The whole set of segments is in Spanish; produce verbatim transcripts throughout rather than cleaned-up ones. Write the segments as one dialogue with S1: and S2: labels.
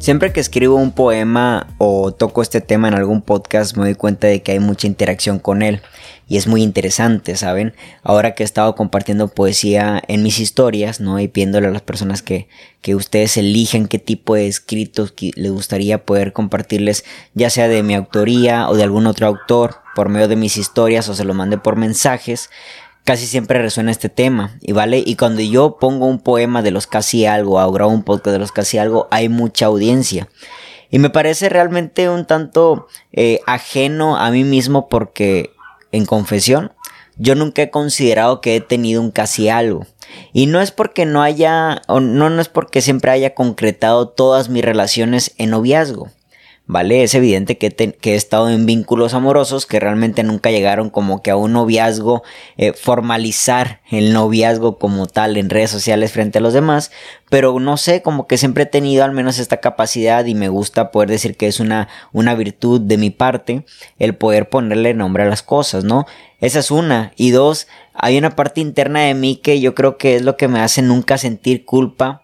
S1: Siempre que escribo un poema o toco este tema en algún podcast me doy cuenta de que hay mucha interacción con él y es muy interesante, ¿saben? Ahora que he estado compartiendo poesía en mis historias, ¿no? Y pidiéndole a las personas que, que ustedes elijan qué tipo de escritos que les gustaría poder compartirles, ya sea de mi autoría o de algún otro autor, por medio de mis historias o se lo mande por mensajes. Casi siempre resuena este tema, y vale, y cuando yo pongo un poema de los Casi Algo o grabo un podcast de los Casi Algo, hay mucha audiencia. Y me parece realmente un tanto eh, ajeno a mí mismo porque, en confesión, yo nunca he considerado que he tenido un Casi Algo. Y no es porque no haya, o no, no es porque siempre haya concretado todas mis relaciones en noviazgo. ¿Vale? Es evidente que, te, que he estado en vínculos amorosos que realmente nunca llegaron como que a un noviazgo, eh, formalizar el noviazgo como tal en redes sociales frente a los demás, pero no sé, como que siempre he tenido al menos esta capacidad y me gusta poder decir que es una, una virtud de mi parte el poder ponerle nombre a las cosas, ¿no? Esa es una. Y dos, hay una parte interna de mí que yo creo que es lo que me hace nunca sentir culpa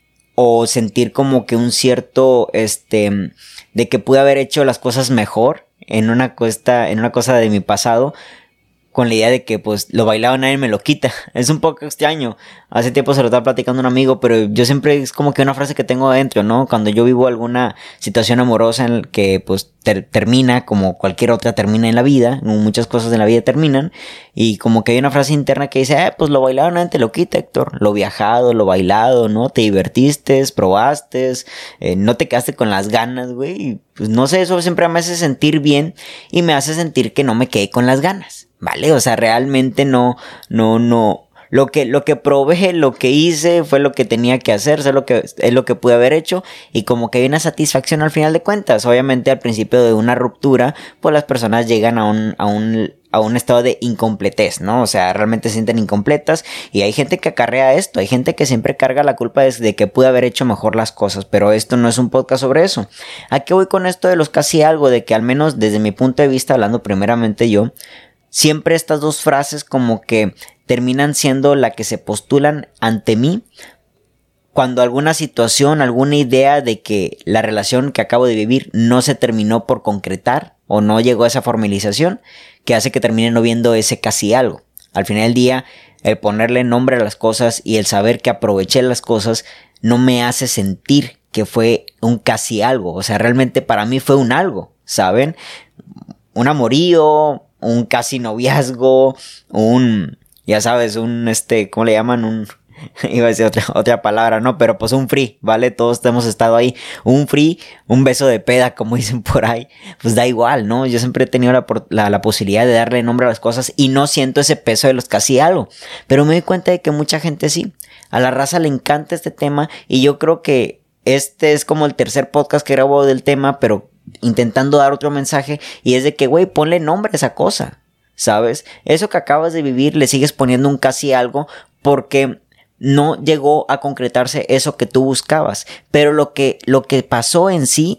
S1: o sentir como que un cierto, este... de que pude haber hecho las cosas mejor en una cosa, en una cosa de mi pasado, con la idea de que pues lo bailado nadie me lo quita. Es un poco extraño. Hace tiempo se lo estaba platicando un amigo, pero yo siempre es como que una frase que tengo adentro, ¿no? Cuando yo vivo alguna situación amorosa en la que pues ter- termina como cualquier otra termina en la vida, muchas cosas en la vida terminan, y como que hay una frase interna que dice, eh, pues lo bailado nadie te lo quita, Héctor. Lo viajado, lo bailado, ¿no? Te divertiste, probaste, eh, no te quedaste con las ganas, güey. Y pues no sé, eso siempre me hace sentir bien y me hace sentir que no me quedé con las ganas. Vale, o sea, realmente no, no, no, lo que, lo que probé, lo que hice fue lo que tenía que hacer, es lo que, es lo que pude haber hecho y como que hay una satisfacción al final de cuentas. Obviamente al principio de una ruptura, pues las personas llegan a un, a un, a un estado de incompletez, ¿no? O sea, realmente se sienten incompletas y hay gente que acarrea esto, hay gente que siempre carga la culpa de que pude haber hecho mejor las cosas, pero esto no es un podcast sobre eso. ¿A qué voy con esto de los Casi Algo? De que al menos desde mi punto de vista, hablando primeramente yo, siempre estas dos frases como que terminan siendo la que se postulan ante mí cuando alguna situación, alguna idea de que la relación que acabo de vivir no se terminó por concretar o no llegó a esa formalización, que hace que termine no viendo ese casi algo. Al final del día, el ponerle nombre a las cosas y el saber que aproveché las cosas no me hace sentir que fue un casi algo. O sea, realmente para mí fue un algo, ¿saben? Un amorío, un casi noviazgo, un, ya sabes, un, este, ¿cómo le llaman? Un, iba a decir otra, otra palabra, ¿no? Pero pues un free, ¿vale? Todos hemos estado ahí. Un free, un beso de peda, como dicen por ahí. Pues da igual, ¿no? Yo siempre he tenido la, la, la posibilidad de darle nombre a las cosas y no siento ese peso de los casi algo. Pero me doy cuenta de que mucha gente sí. A la raza le encanta este tema y yo creo que este es como el tercer podcast que grabo del tema, pero intentando dar otro mensaje y es de que, güey, ponle nombre a esa cosa, ¿sabes? Eso que acabas de vivir le sigues poniendo un casi algo porque no llegó a concretarse eso que tú buscabas, pero lo que, lo que pasó en sí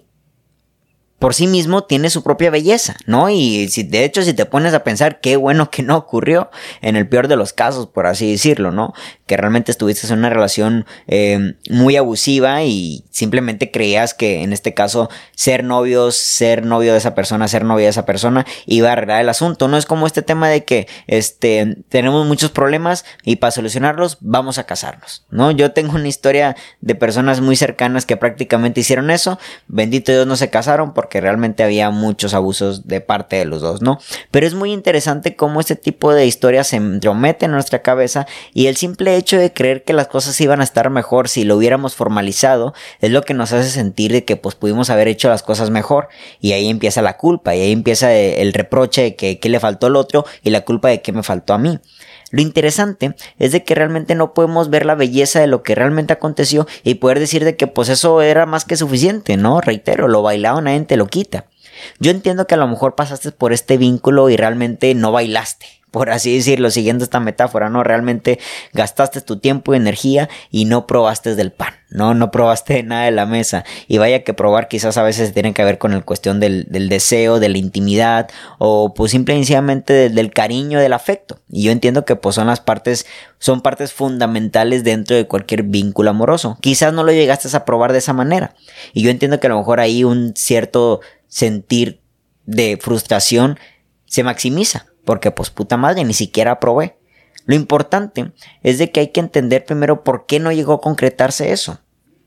S1: por sí mismo tiene su propia belleza, ¿no? Y si, de hecho, si te pones a pensar, qué bueno que no ocurrió en el peor de los casos, por así decirlo, ¿no? Que realmente estuviste en una relación eh, muy abusiva y simplemente creías que en este caso ser novios, ser novio de esa persona, ser novia de esa persona iba a arreglar el asunto. No es como este tema de que este, tenemos muchos problemas y para solucionarlos vamos a casarnos, ¿no? Yo tengo una historia de personas muy cercanas que prácticamente hicieron eso. Bendito Dios, no se casaron porque que realmente había muchos abusos de parte de los dos, ¿no? Pero es muy interesante cómo este tipo de historias se entrometen en nuestra cabeza y el simple hecho de creer que las cosas iban a estar mejor si lo hubiéramos formalizado es lo que nos hace sentir de que pues pudimos haber hecho las cosas mejor y ahí empieza la culpa y ahí empieza el reproche de que qué le faltó al otro y la culpa de qué me faltó a mí. Lo interesante es de que realmente no podemos ver la belleza de lo que realmente aconteció y poder decir de que pues eso era más que suficiente, ¿no? Reitero, lo bailado nadie te lo quita. Yo entiendo que a lo mejor pasaste por este vínculo y realmente no bailaste, por así decirlo, siguiendo esta metáfora, ¿no? Realmente gastaste tu tiempo y energía y no probaste del pan, ¿no? No probaste nada de la mesa. Y vaya que probar quizás a veces tiene que ver con la cuestión del, del deseo, de la intimidad, o pues simplemente del, del cariño, del afecto. Y yo entiendo que pues son las partes, son partes fundamentales dentro de cualquier vínculo amoroso. Quizás no lo llegaste a probar de esa manera. Y yo entiendo que a lo mejor ahí un cierto sentir de frustración se maximiza. Porque pues puta madre, ni siquiera probé. Lo importante es de que hay que entender primero por qué no llegó a concretarse eso.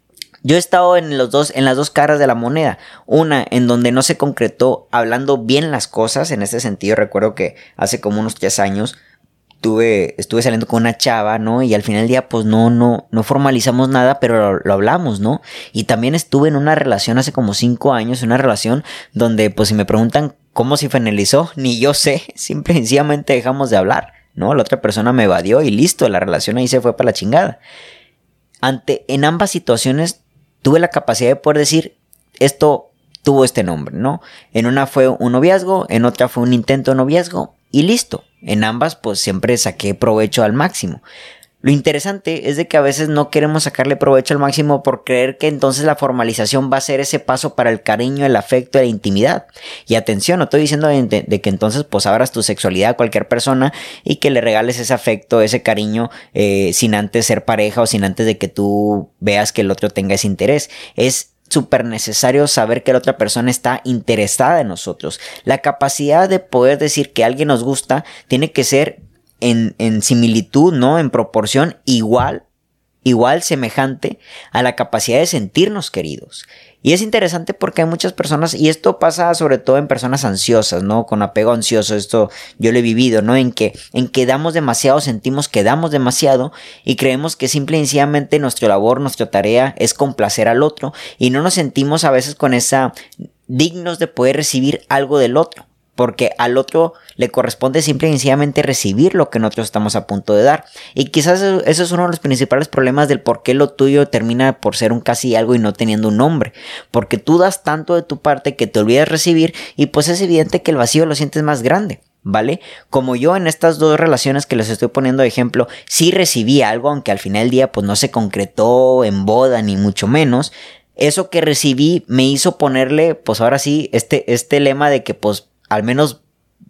S1: Yo he estado en, los dos, en las dos caras de la moneda. Una en donde no se concretó hablando bien las cosas. En este sentido recuerdo que hace como unos tres años tuve, estuve saliendo con una chava, ¿no? Y al final del día pues no, no, no formalizamos nada, pero lo, lo hablamos, ¿no? Y también estuve en una relación hace como cinco años. Una relación donde pues si me preguntan cómo se finalizó, ni yo sé, simple y sencillamente dejamos de hablar, ¿no? La otra persona me evadió y listo, la relación ahí se fue para la chingada. Ante, en ambas situaciones tuve la capacidad de poder decir, esto tuvo este nombre, ¿no? En una fue un noviazgo, en otra fue un intento de noviazgo y listo. En ambas pues siempre saqué provecho al máximo. Lo interesante es de que a veces no queremos sacarle provecho al máximo por creer que entonces la formalización va a ser ese paso para el cariño, el afecto, la intimidad. Y atención, no estoy diciendo de, de, de que entonces pues abras tu sexualidad a cualquier persona y que le regales ese afecto, ese cariño eh, sin antes ser pareja o sin antes de que tú veas que el otro tenga ese interés. Es súper necesario saber que la otra persona está interesada en nosotros. La capacidad de poder decir que alguien nos gusta tiene que ser En, en similitud, ¿no? En proporción igual, igual semejante a la capacidad de sentirnos queridos. Y es interesante porque hay muchas personas, y esto pasa sobre todo en personas ansiosas, ¿no? Con apego ansioso, esto yo lo he vivido, ¿no? En que, en que damos demasiado, sentimos que damos demasiado y creemos que simple y sencillamente nuestra labor, nuestra tarea es complacer al otro y no nos sentimos a veces con esa dignos de poder recibir algo del otro. Porque al otro le corresponde simple y sencillamente recibir lo que nosotros estamos a punto de dar. Y quizás eso es uno de los principales problemas del por qué lo tuyo termina por ser un casi algo y no teniendo un nombre. Porque tú das tanto de tu parte que te olvidas recibir y pues es evidente que el vacío lo sientes más grande, ¿vale? Como yo en estas dos relaciones que les estoy poniendo de ejemplo, sí recibí algo, aunque al final del día pues no se concretó en boda ni mucho menos. Eso que recibí me hizo ponerle pues ahora sí este, este lema de que pues al menos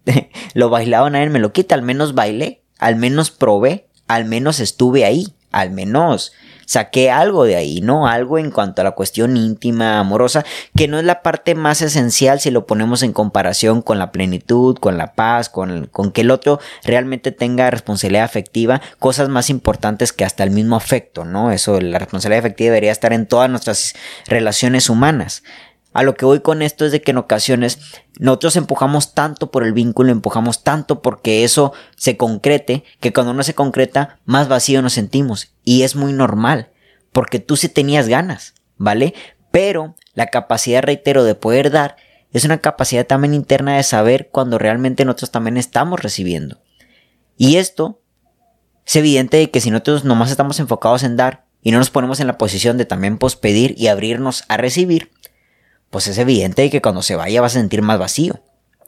S1: lo bailado nadie me lo quita, al menos bailé, al menos probé, al menos estuve ahí, al menos saqué algo de ahí, ¿no? Algo en cuanto a la cuestión íntima, amorosa, que no es la parte más esencial si lo ponemos en comparación con la plenitud, con la paz, con, con que el otro realmente tenga responsabilidad afectiva, cosas más importantes que hasta el mismo afecto, ¿no? Eso, la responsabilidad afectiva debería estar en todas nuestras relaciones humanas. A lo que voy con esto es de que en ocasiones nosotros empujamos tanto por el vínculo, empujamos tanto porque eso se concrete, que cuando no se concreta, más vacío nos sentimos. Y es muy normal, porque tú sí tenías ganas, ¿vale? Pero la capacidad, reitero, de poder dar es una capacidad también interna de saber cuando realmente nosotros también estamos recibiendo. Y esto es evidente de que si nosotros nomás estamos enfocados en dar y no nos ponemos en la posición de también pospedir y abrirnos a recibir, pues es evidente que cuando se vaya vas a sentir más vacío,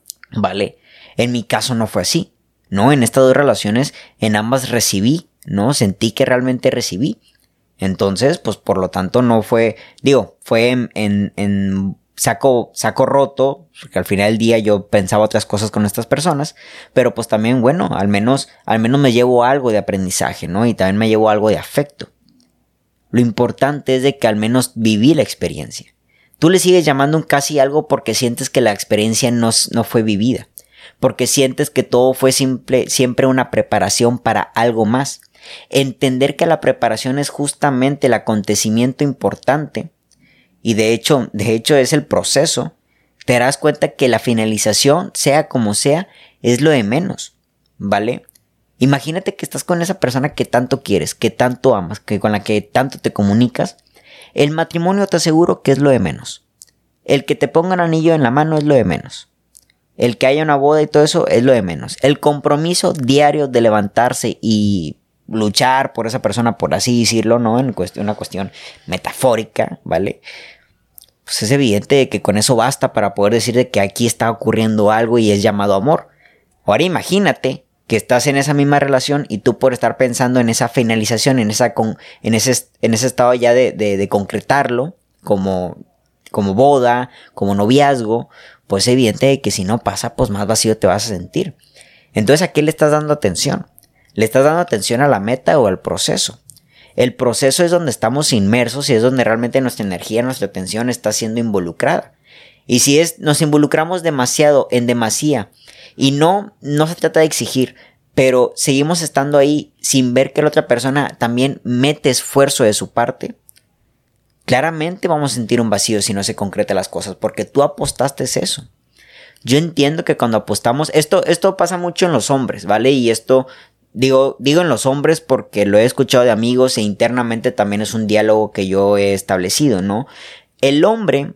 S1: ¿vale? En mi caso no fue así, ¿no? En estas dos relaciones, en ambas recibí, ¿no? Sentí que realmente recibí. Entonces, pues por lo tanto no fue, digo, fue en, en, en saco, saco roto, porque al final del día yo pensaba otras cosas con estas personas, pero pues también, bueno, al menos, al menos me llevo algo de aprendizaje, ¿no? Y también me llevo algo de afecto. Lo importante es de que al menos viví la experiencia. Tú le sigues llamando un casi algo porque sientes que la experiencia no, no fue vivida. Porque sientes que todo fue simple, siempre una preparación para algo más. Entender que la preparación es justamente el acontecimiento importante. Y de hecho, de hecho es el proceso. Te darás cuenta que la finalización, sea como sea, es lo de menos. ¿Vale? Imagínate que estás con esa persona que tanto quieres, que tanto amas, que con la que tanto te comunicas. El matrimonio te aseguro que es lo de menos. El que te pongan anillo en la mano es lo de menos. El que haya una boda y todo eso es lo de menos. El compromiso diario de levantarse y luchar por esa persona, por así decirlo, ¿no? En cuestión, una cuestión metafórica, ¿vale? Pues es evidente que con eso basta para poder decir de que aquí está ocurriendo algo y es llamado amor. Ahora imagínate que estás en esa misma relación y tú por estar pensando en esa finalización, en, esa con, en, ese, en ese estado ya de, de, de concretarlo como, como boda, como noviazgo, pues es evidente que si no pasa, pues más vacío te vas a sentir. Entonces, ¿a qué le estás dando atención? ¿Le estás dando atención a la meta o al proceso? El proceso es donde estamos inmersos y es donde realmente nuestra energía, nuestra atención está siendo involucrada. Y si es, nos involucramos demasiado, en demasía, y no, no se trata de exigir, pero seguimos estando ahí sin ver que la otra persona también mete esfuerzo de su parte, claramente vamos a sentir un vacío si no se concretan las cosas, porque tú apostaste eso. Yo entiendo que cuando apostamos, esto, esto pasa mucho en los hombres, ¿vale? Y esto, digo, digo en los hombres porque lo he escuchado de amigos e internamente también es un diálogo que yo he establecido, ¿no? El hombre...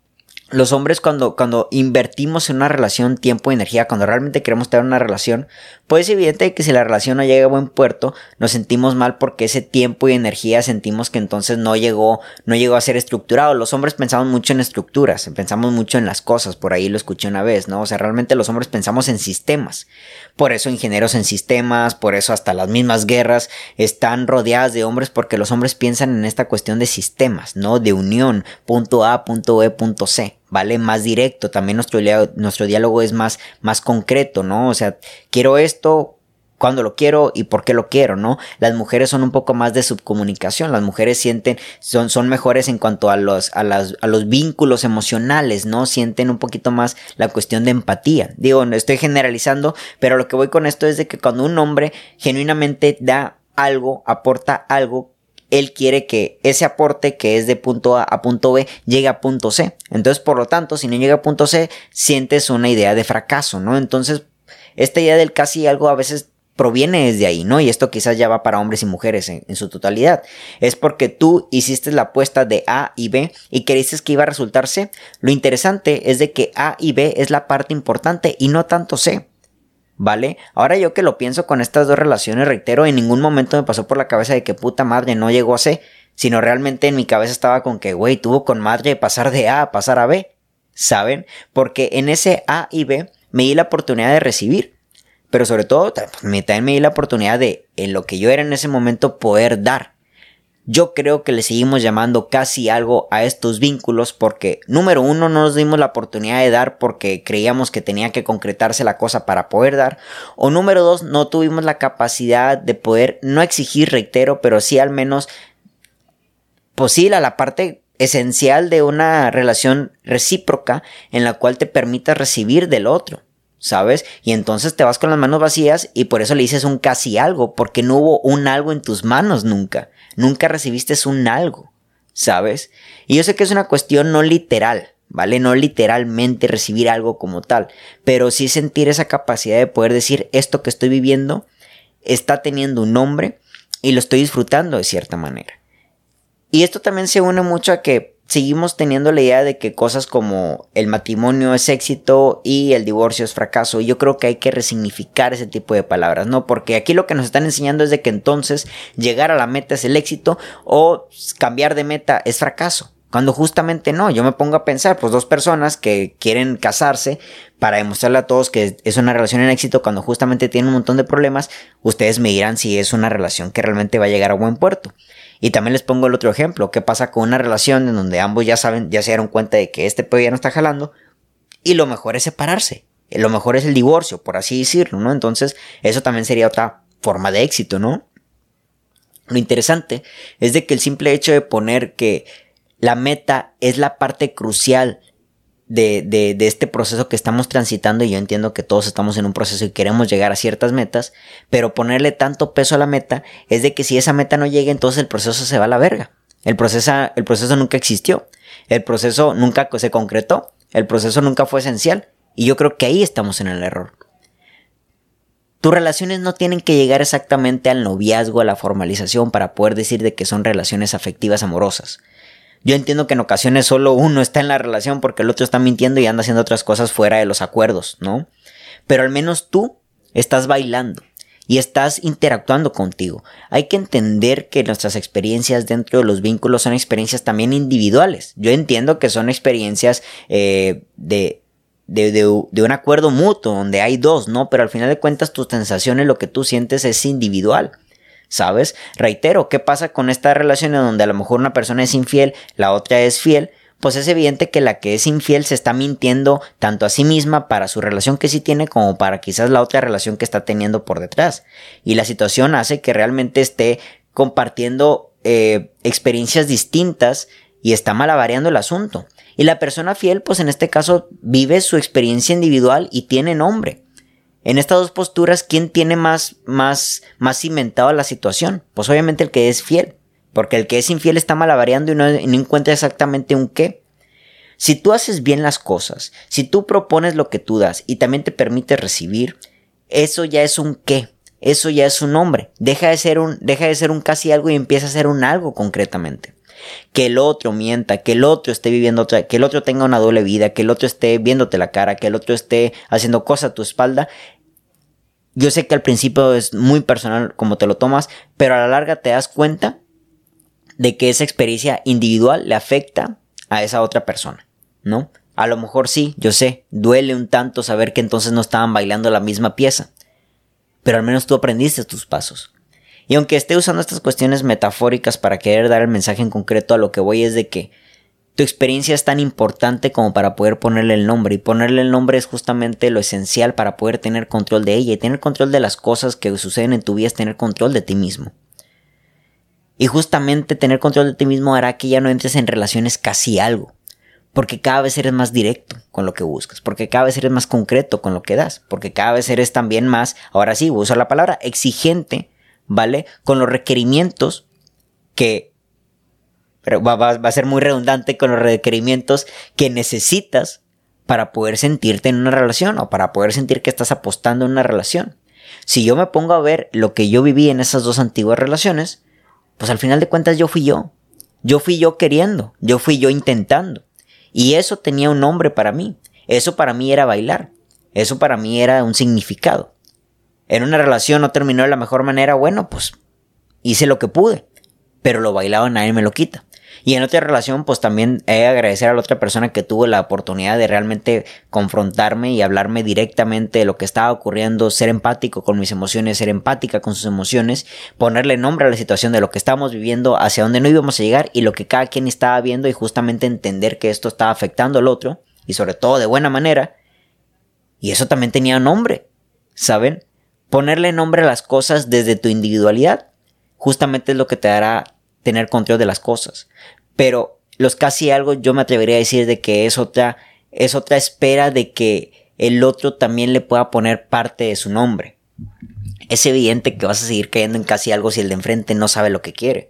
S1: Los hombres cuando, cuando invertimos en una relación tiempo y energía, cuando realmente queremos tener una relación, pues es evidente que si la relación no llega a buen puerto, nos sentimos mal porque ese tiempo y energía sentimos que entonces no llegó, no llegó a ser estructurado. Los hombres pensamos mucho en estructuras, pensamos mucho en las cosas, por ahí lo escuché una vez, ¿no? O sea, realmente los hombres pensamos en sistemas. Por eso ingenieros en sistemas, por eso hasta las mismas guerras están rodeadas de hombres porque los hombres piensan en esta cuestión de sistemas, ¿no? De unión, punto A, punto B, punto C. ¿Vale? Más directo, también nuestro, nuestro diálogo es más, más concreto, ¿no? O sea, quiero esto, cuándo lo quiero y por qué lo quiero, ¿no? Las mujeres son un poco más de subcomunicación, las mujeres sienten, son, son mejores en cuanto a los, a, las, a los vínculos emocionales, ¿no? Sienten un poquito más la cuestión de empatía. Digo, no estoy generalizando, pero lo que voy con esto es de que cuando un hombre genuinamente da algo, aporta algo, él quiere que ese aporte que es de punto A a punto B llegue a punto C. Entonces, por lo tanto, si no llega a punto C, sientes una idea de fracaso, ¿no? Entonces, esta idea del casi algo a veces proviene desde ahí, ¿no? Y esto quizás ya va para hombres y mujeres en, en su totalidad. Es porque tú hiciste la apuesta de A y B y creíste que iba a resultar C. Lo interesante es de que A y B es la parte importante y no tanto C. ¿Vale? Ahora yo que lo pienso con estas dos relaciones, reitero, en ningún momento me pasó por la cabeza de que puta madre no llegó a C, sino realmente en mi cabeza estaba con que, güey, tuvo con madre pasar de A a pasar a B, ¿saben? Porque en ese A y B me di la oportunidad de recibir, pero sobre todo también me di la oportunidad de, en lo que yo era en ese momento, poder dar. Yo creo que le seguimos llamando casi algo a estos vínculos porque, número uno, no nos dimos la oportunidad de dar porque creíamos que tenía que concretarse la cosa para poder dar. O número dos, no tuvimos la capacidad de poder, no exigir, reitero, pero sí al menos, pues sí, la, la parte esencial de una relación recíproca en la cual te permita recibir del otro, ¿sabes? Y entonces te vas con las manos vacías y por eso le dices un casi algo, porque no hubo un algo en tus manos nunca. Nunca recibiste un algo, ¿sabes? Y yo sé que es una cuestión no literal, ¿vale? No literalmente recibir algo como tal, pero sí sentir esa capacidad de poder decir esto que estoy viviendo está teniendo un nombre y lo estoy disfrutando de cierta manera. Y esto también se une mucho a que seguimos teniendo la idea de que cosas como el matrimonio es éxito y el divorcio es fracaso. Y yo creo que hay que resignificar ese tipo de palabras, ¿no? Porque aquí lo que nos están enseñando es de que entonces llegar a la meta es el éxito o cambiar de meta es fracaso. Cuando justamente no, yo me pongo a pensar, pues dos personas que quieren casarse para demostrarle a todos que es una relación en éxito cuando justamente tienen un montón de problemas, ustedes me dirán si es una relación que realmente va a llegar a buen puerto. Y también les pongo el otro ejemplo, ¿qué pasa con una relación en donde ambos ya saben, ya se dieron cuenta de que este pedo ya no está jalando y lo mejor es separarse, lo mejor es el divorcio, por así decirlo, ¿no? Entonces eso también sería otra forma de éxito, ¿no? Lo interesante es de que el simple hecho de poner que la meta es la parte crucial de, de, de este proceso que estamos transitando, y yo entiendo que todos estamos en un proceso y queremos llegar a ciertas metas, pero ponerle tanto peso a la meta es de que si esa meta no llega, entonces el proceso se va a la verga. El proceso, el proceso nunca existió, el proceso nunca se concretó, el proceso nunca fue esencial, y yo creo que ahí estamos en el error. Tus relaciones no tienen que llegar exactamente al noviazgo, a la formalización para poder decir de que son relaciones afectivas amorosas. Yo entiendo que en ocasiones solo uno está en la relación porque el otro está mintiendo y anda haciendo otras cosas fuera de los acuerdos, ¿no? Pero al menos tú estás bailando y estás interactuando contigo. Hay que entender que nuestras experiencias dentro de los vínculos son experiencias también individuales. Yo entiendo que son experiencias eh, de... de, de, de un acuerdo mutuo, donde hay dos, ¿no? Pero al final de cuentas tus sensaciones, lo que tú sientes es individual, ¿sabes? Reitero, ¿qué pasa con esta relación en donde a lo mejor una persona es infiel, la otra es fiel? Pues es evidente que la que es infiel se está mintiendo tanto a sí misma para su relación que sí tiene como para quizás la otra relación que está teniendo por detrás. Y la situación hace que realmente esté compartiendo eh, experiencias distintas y está malabareando el asunto. Y la persona fiel, pues en este caso, vive su experiencia individual y tiene nombre. En estas dos posturas, ¿quién tiene más, más, más cimentado la situación? Pues obviamente el que es fiel. Porque el que es infiel está malabareando y no, y no encuentra exactamente un qué. Si tú haces bien las cosas, si tú propones lo que tú das y también te permites recibir, eso ya es un qué, eso ya es un nombre. Deja de ser un, deja de ser un casi algo y empieza a ser un algo concretamente. Que el otro mienta, que el otro esté viviendo otra, que el otro tenga una doble vida, que el otro esté viéndote la cara, que el otro esté haciendo cosas a tu espalda. Yo sé que al principio es muy personal como te lo tomas, pero a la larga te das cuenta de que esa experiencia individual le afecta a esa otra persona, ¿no? A lo mejor sí, yo sé, duele un tanto saber que entonces no estaban bailando la misma pieza, pero al menos tú aprendiste tus pasos. Y aunque esté usando estas cuestiones metafóricas para querer dar el mensaje en concreto, a lo que voy es de que tu experiencia es tan importante como para poder ponerle el nombre, y ponerle el nombre es justamente lo esencial para poder tener control de ella, y tener control de las cosas que suceden en tu vida es tener control de ti mismo. Y justamente tener control de ti mismo hará que ya no entres en relaciones casi algo. Porque cada vez eres más directo con lo que buscas. Porque cada vez eres más concreto con lo que das. Porque cada vez eres también más, ahora sí, voy a usar la palabra, exigente, ¿vale? Con los requerimientos que... Pero va, va, va a ser muy redundante con los requerimientos que necesitas para poder sentirte en una relación o para poder sentir que estás apostando en una relación. Si yo me pongo a ver lo que yo viví en esas dos antiguas relaciones, pues al final de cuentas yo fui yo. Yo fui yo queriendo. Yo fui yo intentando. Y eso tenía un nombre para mí. Eso para mí era bailar. Eso para mí era un significado. En una relación no terminó de la mejor manera. Bueno, pues hice lo que pude. Pero lo bailado nadie me lo quita. Y en otra relación, pues también he de agradecer a la otra persona que tuvo la oportunidad de realmente confrontarme y hablarme directamente de lo que estaba ocurriendo, ser empático con mis emociones, ser empática con sus emociones, ponerle nombre a la situación de lo que estábamos viviendo, hacia dónde no íbamos a llegar y lo que cada quien estaba viendo, y justamente entender que esto estaba afectando al otro y sobre todo de buena manera. Y eso también tenía nombre, ¿saben? Ponerle nombre a las cosas desde tu individualidad justamente es lo que te dará tener control de las cosas. Pero los casi algo yo me atrevería a decir de que es otra, es otra espera de que el otro también le pueda poner parte de su nombre. Es evidente que vas a seguir cayendo en casi algo si el de enfrente no sabe lo que quiere.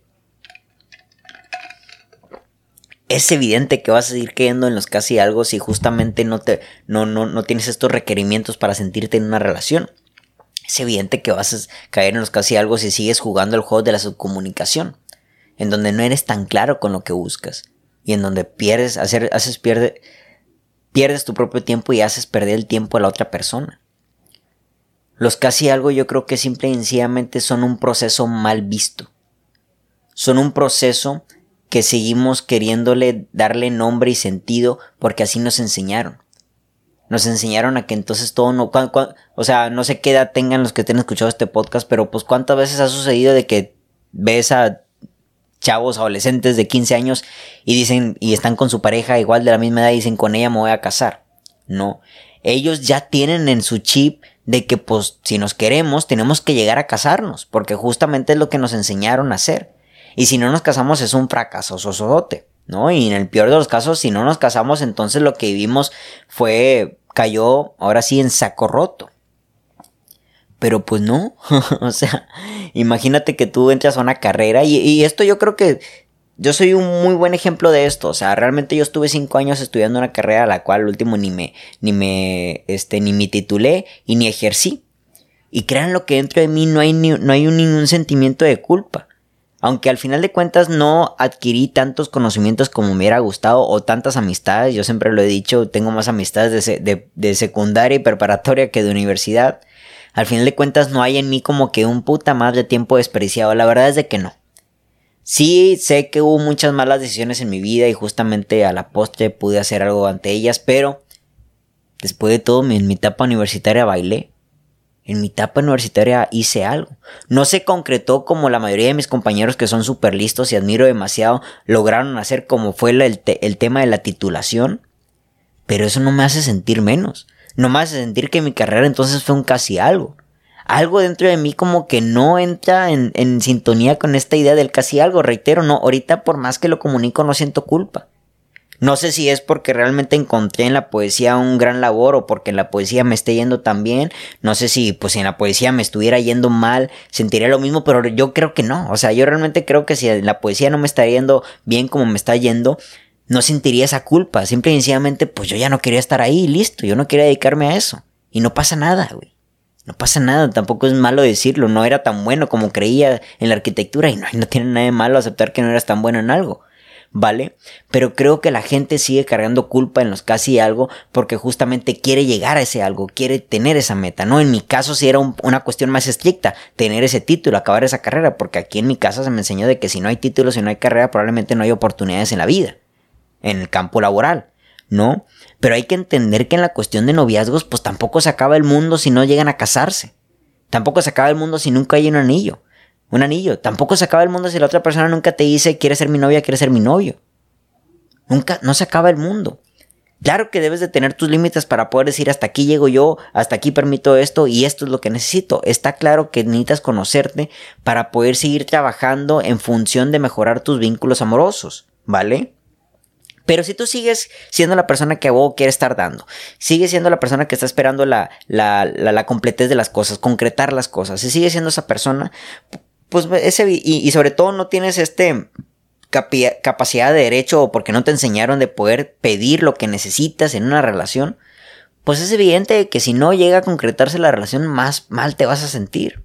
S1: Es evidente que vas a seguir cayendo en los casi algo si justamente no, te, no, no, no tienes estos requerimientos para sentirte en una relación. Es evidente que vas a caer en los casi algo si sigues jugando el juego de la subcomunicación, en donde no eres tan claro con lo que buscas y en donde pierdes, hacer, haces, pierde, pierdes tu propio tiempo y haces perder el tiempo a la otra persona. Los casi algo yo creo que simple y sencillamente son un proceso mal visto. Son un proceso que seguimos queriéndole darle nombre y sentido porque así nos enseñaron. Nos enseñaron a que entonces todo no... Cu, cu, o sea, no sé qué edad tengan los que estén escuchando este podcast, pero pues cuántas veces ha sucedido de que ves a chavos adolescentes de quince años y dicen, y están con su pareja igual de la misma edad y dicen, con ella me voy a casar. No, ellos ya tienen en su chip de que pues si nos queremos tenemos que llegar a casarnos, porque justamente es lo que nos enseñaron a hacer. Y si no nos casamos es un fracaso sosote, ¿no? Y en el peor de los casos, si no nos casamos, entonces lo que vivimos fue, cayó ahora sí en saco roto. Pero pues no, o sea, imagínate que tú entras a una carrera y, y esto yo creo que yo soy un muy buen ejemplo de esto. O sea, realmente yo estuve cinco años estudiando una carrera a la cual al último ni me, ni me, este, ni me titulé y ni ejercí. Y crean lo que dentro de mí no hay, ni, no hay un, ningún sentimiento de culpa. Aunque al final de cuentas no adquirí tantos conocimientos como me hubiera gustado o tantas amistades. Yo siempre lo he dicho, tengo más amistades de, de, de secundaria y preparatoria que de universidad. Al final de cuentas no hay en mí como que un puta más de tiempo desperdiciado. La verdad es de que no. Sí sé que hubo muchas malas decisiones en mi vida y justamente a la postre pude hacer algo ante ellas, pero Después de todo, en mi etapa universitaria bailé. En mi etapa universitaria hice algo. No se concretó como la mayoría de mis compañeros que son súper listos y admiro demasiado lograron hacer, como fue la, el, te, el tema de la titulación. Pero eso no me hace sentir menos. No me hace sentir que mi carrera entonces fue un casi algo. Algo dentro de mí como que no entra en, en sintonía con esta idea del casi algo. Reitero, no, ahorita por más que lo comunico no siento culpa. No sé si es porque realmente encontré en la poesía un gran labor o porque en la poesía me esté yendo tan bien. No sé si pues si en la poesía me estuviera yendo mal, sentiría lo mismo, pero yo creo que no. O sea, yo realmente creo que si en la poesía no me está yendo bien como me está yendo, no sentiría esa culpa. Simple y sencillamente, pues yo ya no quería estar ahí, listo. Yo no quería dedicarme a eso. Y no pasa nada, güey. No pasa nada, tampoco es malo decirlo. No era tan bueno como creía en la arquitectura y no, no tiene nada de malo aceptar que no eras tan bueno en algo. ¿Vale? Pero creo que la gente sigue cargando culpa en los casi algo porque justamente quiere llegar a ese algo, quiere tener esa meta, ¿no? En mi caso sí era un, una cuestión más estricta, tener ese título, acabar esa carrera, porque aquí en mi casa se me enseñó de que si no hay título, si no hay carrera, probablemente no hay oportunidades en la vida, en el campo laboral, ¿no? Pero hay que entender que en la cuestión de noviazgos, pues tampoco se acaba el mundo si no llegan a casarse, tampoco se acaba el mundo si nunca hay un anillo. Un anillo. Tampoco se acaba el mundo si la otra persona nunca te dice quiere ser mi novia, quiere ser mi novio. Nunca, no se acaba el mundo. Claro que debes de tener tus límites para poder decir hasta aquí llego yo, hasta aquí permito esto y esto es lo que necesito. Está claro que necesitas conocerte para poder seguir trabajando en función de mejorar tus vínculos amorosos, ¿vale? Pero si tú sigues siendo la persona que vos quieres estar dando, sigues siendo la persona que está esperando la, la, la, la completez de las cosas, concretar las cosas, si sigues siendo esa persona, pues ese, y, y sobre todo no tienes este capi, capacidad de derecho o porque no te enseñaron de poder pedir lo que necesitas en una relación, pues es evidente que si no llega a concretarse la relación, más mal te vas a sentir.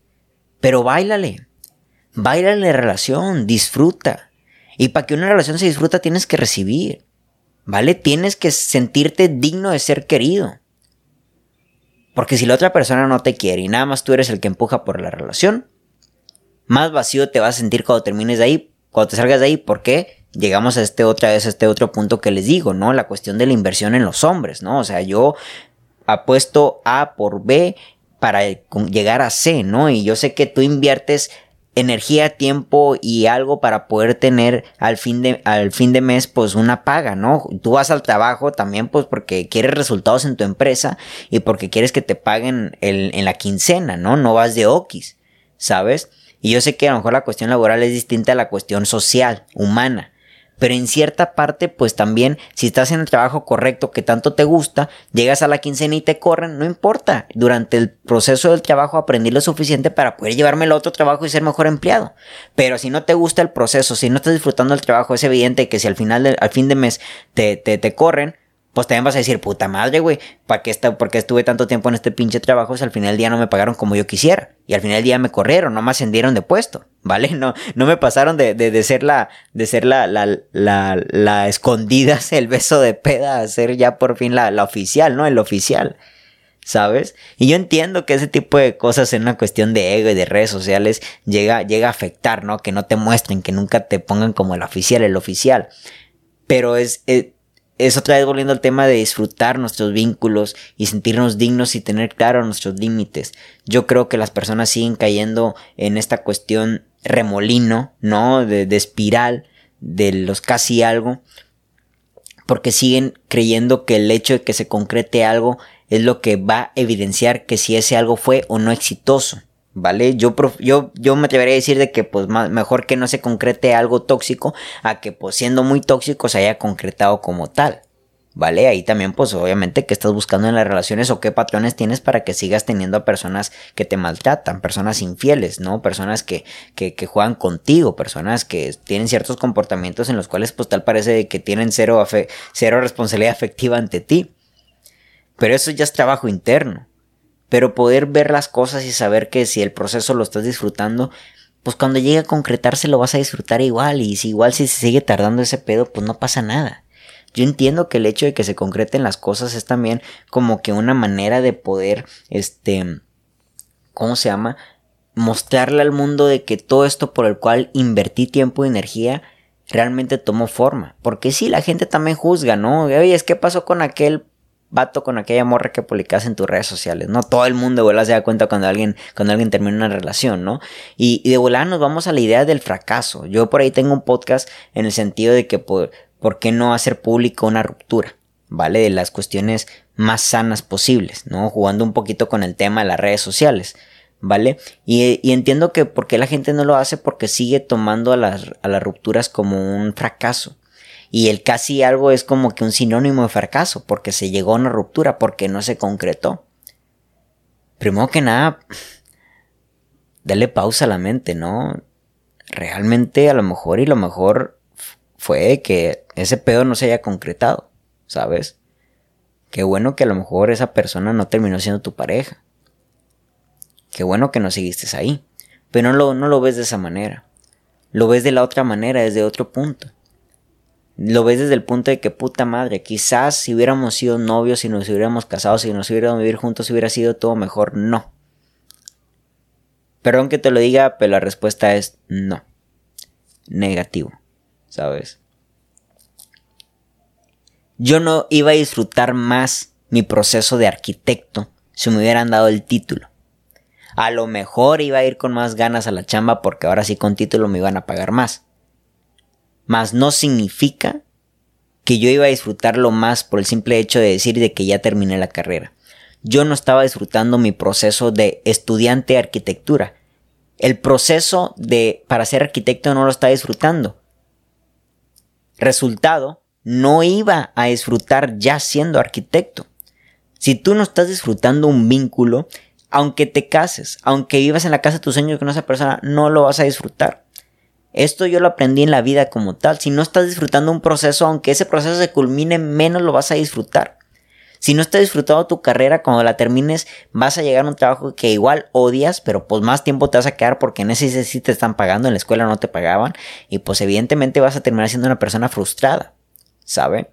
S1: Pero báilale, báilale la relación, disfruta. Y para que una relación se disfruta tienes que recibir, ¿vale? Tienes que sentirte digno de ser querido. Porque si la otra persona no te quiere y nada más tú eres el que empuja por la relación, más vacío te vas a sentir cuando termines de ahí, cuando te salgas de ahí. ¿Por qué? Llegamos a este otra vez a este otro punto que les digo, ¿no? La cuestión de la inversión en los hombres, ¿no? O sea, yo apuesto A por B para llegar a C, ¿no? Y yo sé que tú inviertes energía, tiempo y algo para poder tener al fin de al fin de mes pues una paga, ¿no? Tú vas al trabajo también pues porque quieres resultados en tu empresa y porque quieres que te paguen el, en la quincena, ¿no? No vas de oquis, ¿sabes? Y yo sé que a lo mejor la cuestión laboral es distinta a la cuestión social, humana. Pero en cierta parte, pues también, si estás en el trabajo correcto que tanto te gusta, llegas a la quincena y te corren, no importa. Durante el proceso del trabajo aprendí lo suficiente para poder llevármelo a otro trabajo y ser mejor empleado. Pero si no te gusta el proceso, si no estás disfrutando del trabajo, es evidente que si al final, de, al fin de mes te, te, te corren, pues también vas a decir, puta madre, güey, ¿para qué está, ¿por qué estuve tanto tiempo en este pinche trabajo si al final del día no me pagaron como yo quisiera? Y al final del día me corrieron, no me ascendieron de puesto, ¿vale? No, no me pasaron de, de, de ser la, de ser la, la, la, la escondidas, el beso de peda, a ser ya por fin la, la oficial, ¿no? El oficial, ¿sabes? Y yo entiendo que ese tipo de cosas en una cuestión de ego y de redes sociales llega, llega a afectar, ¿no? Que no te muestren, que nunca te pongan como el oficial, el oficial. Pero es... es Es otra vez volviendo al tema de disfrutar nuestros vínculos y sentirnos dignos y tener claro nuestros límites. Yo creo que las personas siguen cayendo en esta cuestión remolino, ¿no? De, de espiral, de los casi algo, porque siguen creyendo que el hecho de que se concrete algo es lo que va a evidenciar que si ese algo fue o no exitoso. ¿Vale? Yo, yo, yo me atrevería a decir de que pues más, mejor que no se concrete algo tóxico a que pues siendo muy tóxico se haya concretado como tal, ¿vale? Ahí también pues obviamente qué estás buscando en las relaciones o qué patrones tienes para que sigas teniendo a personas que te maltratan, personas infieles, ¿no? Personas que, que, que juegan contigo, personas que tienen ciertos comportamientos en los cuales pues tal parece de que tienen cero, afe- cero responsabilidad afectiva ante ti. Pero eso ya es trabajo interno. Pero poder ver las cosas y saber que si el proceso lo estás disfrutando, pues cuando llegue a concretarse lo vas a disfrutar igual. Y si igual si se sigue tardando ese pedo, pues no pasa nada. Yo entiendo que el hecho de que se concreten las cosas es también como que una manera de poder, este, ¿cómo se llama? Mostrarle al mundo de que todo esto por el cual invertí tiempo y energía realmente tomó forma. Porque sí, la gente también juzga, ¿no? Oye, ¿qué pasó con aquel vato con aquella morra que publicas en tus redes sociales, ¿no? Todo el mundo de volada se da cuenta cuando alguien, cuando alguien termina una relación, ¿no? Y, y de volada nos vamos a la idea del fracaso. Yo por ahí tengo un podcast en el sentido de que por, ¿por qué no hacer público una ruptura? ¿Vale? De las cuestiones más sanas posibles, ¿no? Jugando un poquito con el tema de las redes sociales, ¿vale? Y, y entiendo que por qué la gente no lo hace, porque sigue tomando a las, a las rupturas como un fracaso. Y el casi algo es como que un sinónimo de fracaso, porque se llegó a una ruptura, porque no se concretó. Primero que nada, dale pausa a la mente, ¿no? Realmente a lo mejor y lo mejor fue que ese pedo no se haya concretado, ¿sabes? Qué bueno que a lo mejor esa persona no terminó siendo tu pareja. Qué bueno que no seguiste ahí. Pero no lo, no lo ves de esa manera. Lo ves de la otra manera, desde otro punto. Lo ves desde el punto de que puta madre, quizás si hubiéramos sido novios, si nos hubiéramos casado, si nos hubiéramos vivir juntos, hubiera sido todo mejor. No. Perdón que te lo diga, pero la respuesta es no. Negativo, ¿sabes? Yo no iba a disfrutar más mi proceso de arquitecto si me hubieran dado el título. A lo mejor iba a ir con más ganas a la chamba porque ahora sí con título me iban a pagar más. Mas no significa que yo iba a disfrutarlo más por el simple hecho de decir de que ya terminé la carrera. Yo no estaba disfrutando mi proceso de estudiante de arquitectura. El proceso de para ser arquitecto no lo estaba disfrutando. Resultado, no iba a disfrutar ya siendo arquitecto. Si tú no estás disfrutando un vínculo, aunque te cases, aunque vivas en la casa de tus sueños con esa persona, no lo vas a disfrutar. Esto yo lo aprendí en la vida como tal. Si no estás disfrutando un proceso, aunque ese proceso se culmine, menos lo vas a disfrutar. Si no estás disfrutando tu carrera, cuando la termines, vas a llegar a un trabajo que igual odias, pero pues más tiempo te vas a quedar porque en ese sí te están pagando, en la escuela no te pagaban, y pues evidentemente vas a terminar siendo una persona frustrada, ¿saben?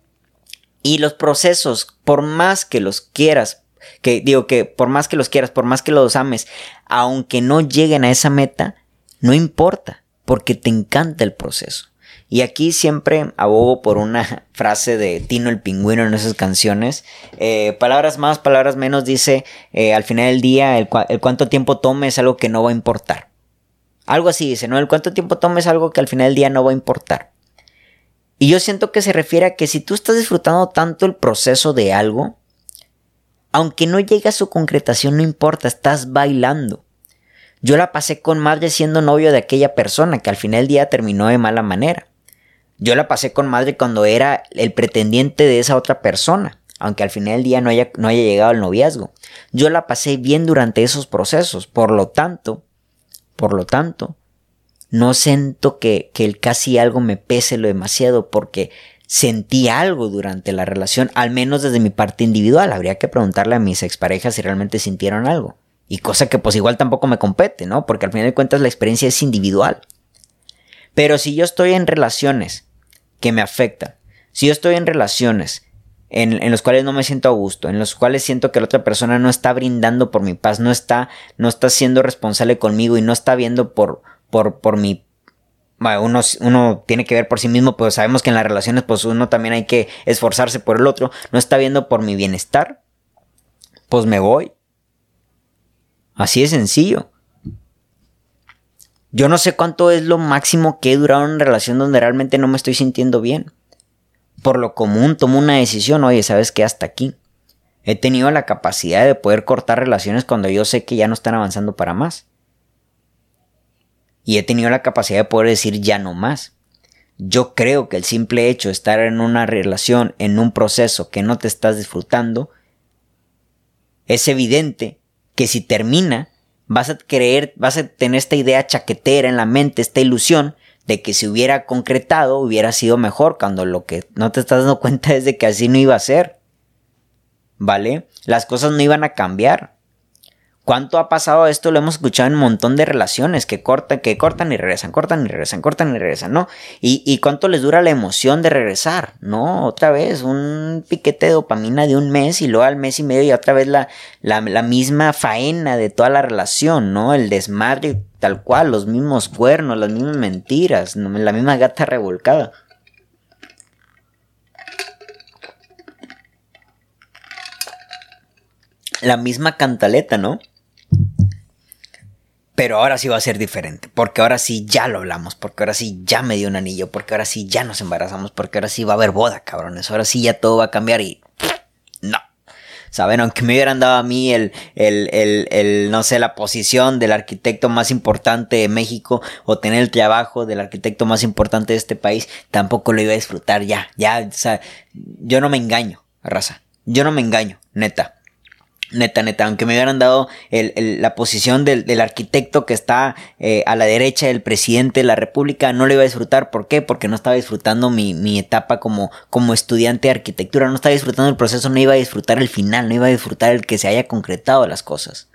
S1: Y los procesos, por más que los quieras, que digo que por más que los quieras, por más que los ames, aunque no lleguen a esa meta, no importa. Porque te encanta el proceso. Y aquí siempre abogo por una frase de Tino el Pingüino en esas canciones. Eh, palabras más, palabras menos, dice, eh, al final del día, el, cu- el cuánto tiempo tome es algo que no va a importar. Algo así dice, ¿no? El cuánto tiempo tome es algo que al final del día no va a importar. Y yo siento que se refiere a que si tú estás disfrutando tanto el proceso de algo, aunque no llegue a su concretación, no importa, estás bailando. Yo la pasé con madre siendo novio de aquella persona que al final del día terminó de mala manera. Yo la pasé con madre cuando era el pretendiente de esa otra persona, aunque al final del día no haya, no haya llegado al noviazgo. Yo la pasé bien durante esos procesos, por lo tanto, por lo tanto, no siento que, que el casi algo me pese lo demasiado porque sentí algo durante la relación, al menos desde mi parte individual. Habría que preguntarle a mis exparejas si realmente sintieron algo. Y cosa que pues igual tampoco me compete, ¿no? Porque al final de cuentas la experiencia es individual. Pero si yo estoy en relaciones que me afectan, si yo estoy en relaciones en, en los cuales no me siento a gusto, en los cuales siento que la otra persona no está brindando por mi paz, no está, no está siendo responsable conmigo y no está viendo por, por, por mi... Bueno, uno, uno tiene que ver por sí mismo, pero sabemos que en las relaciones pues uno también hay que esforzarse por el otro, no está viendo por mi bienestar, pues me voy. Así de sencillo. Yo no sé cuánto es lo máximo que he durado en una relación donde realmente no me estoy sintiendo bien. Por lo común tomo una decisión, oye, ¿sabes qué? Hasta aquí. He tenido la capacidad de poder cortar relaciones cuando yo sé que ya no están avanzando para más. Y he tenido la capacidad de poder decir ya no más. Yo creo que el simple hecho de estar en una relación, en un proceso que no te estás disfrutando, es evidente que si termina, vas a creer, vas a tener esta idea chaquetera en la mente, esta ilusión de que si hubiera concretado hubiera sido mejor, cuando lo que no te estás dando cuenta es de que así no iba a ser, ¿vale? Las cosas no iban a cambiar. ¿Cuánto ha pasado esto? Lo hemos escuchado en un montón de relaciones que cortan, que cortan y regresan, cortan y regresan, cortan y regresan, ¿no? Y, y cuánto les dura la emoción de regresar, ¿no? Otra vez, un piquete de dopamina de un mes y luego al mes y medio y otra vez la, la, la misma faena de toda la relación, ¿no? El desmadre tal cual, los mismos cuernos, las mismas mentiras, ¿no? La misma gata revolcada. la misma cantaleta, ¿no? Pero ahora sí va a ser diferente, porque ahora sí ya lo hablamos, porque ahora sí ya me dio un anillo, porque ahora sí ya nos embarazamos, porque ahora sí va a haber boda, cabrones, ahora sí ya todo va a cambiar y... no. ¿Saben? Aunque me hubieran dado a mí el, el, el, el, no sé, la posición del arquitecto más importante de México o tener el trabajo del arquitecto más importante de este país, tampoco lo iba a disfrutar ya, ya, o sea, yo no me engaño, raza, yo no me engaño, neta. Neta, neta, aunque me hubieran dado el, el, la posición del, del arquitecto que está eh, a la derecha del presidente de la república, no lo iba a disfrutar. ¿Por qué? Porque no estaba disfrutando mi, mi etapa como, como estudiante de arquitectura, no estaba disfrutando el proceso, no iba a disfrutar el final, no iba a disfrutar el que se haya concretado las cosas.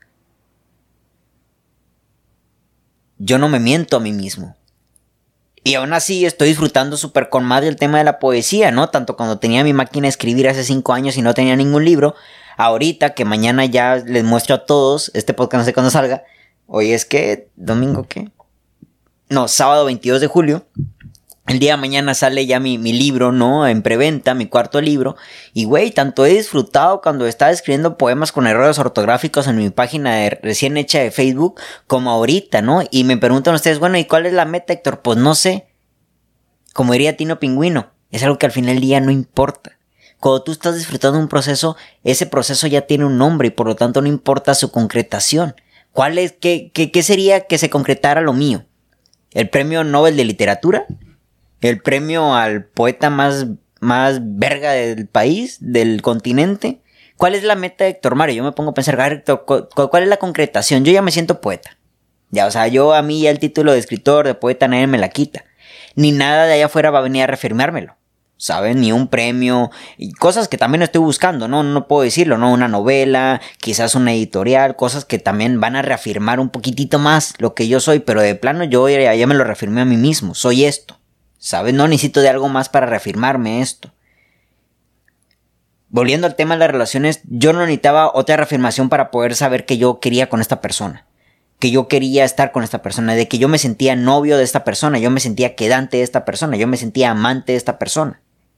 S1: Yo no me miento a mí mismo. Y aún así estoy disfrutando súper con madre el tema de la poesía, ¿no? Tanto cuando tenía mi máquina de escribir hace cinco años y no tenía ningún libro. Ahorita que mañana ya les muestro a todos, este podcast no sé cuándo salga. Hoy es que, ¿domingo qué? No, sábado veintidós de julio. El día de mañana sale ya mi, mi libro, ¿no? En preventa, mi cuarto libro. Y güey, tanto he disfrutado cuando estaba escribiendo poemas con errores ortográficos en mi página de, recién hecha de Facebook, como ahorita, ¿no? Y me preguntan ustedes, bueno, ¿y cuál es la meta, Héctor? Pues no sé. Como diría Tino Pingüino, es algo que al final del día no importa. Cuando tú estás disfrutando un proceso, ese proceso ya tiene un nombre y por lo tanto no importa su concretación. ¿Cuál es, qué, qué, qué sería que se concretara lo mío? ¿El premio Nobel de Literatura? ¿El premio al poeta más, más verga del país, del continente? ¿Cuál es la meta de Héctor Mario? Yo me pongo a pensar, Héctor, ¿cuál es la concretación? Yo ya me siento poeta. Ya, o sea, yo a mí ya el título de escritor, de poeta, nadie me la quita. Ni nada de allá afuera va a venir a reafirmármelo. ¿Saben? Ni un premio, y cosas que también estoy buscando, ¿no? No puedo decirlo, ¿no? Una novela, quizás una editorial, cosas que también van a reafirmar un poquitito más lo que yo soy, pero de plano yo ya, ya me lo reafirmé a mí mismo, soy esto, ¿sabes? No necesito de algo más para reafirmarme esto. Volviendo al tema de las relaciones, yo no necesitaba otra reafirmación para poder saber que yo quería con esta persona. Que yo quería estar con esta persona, de que yo me sentía novio de esta persona, yo me sentía quedante de esta persona, yo me sentía amante de esta persona.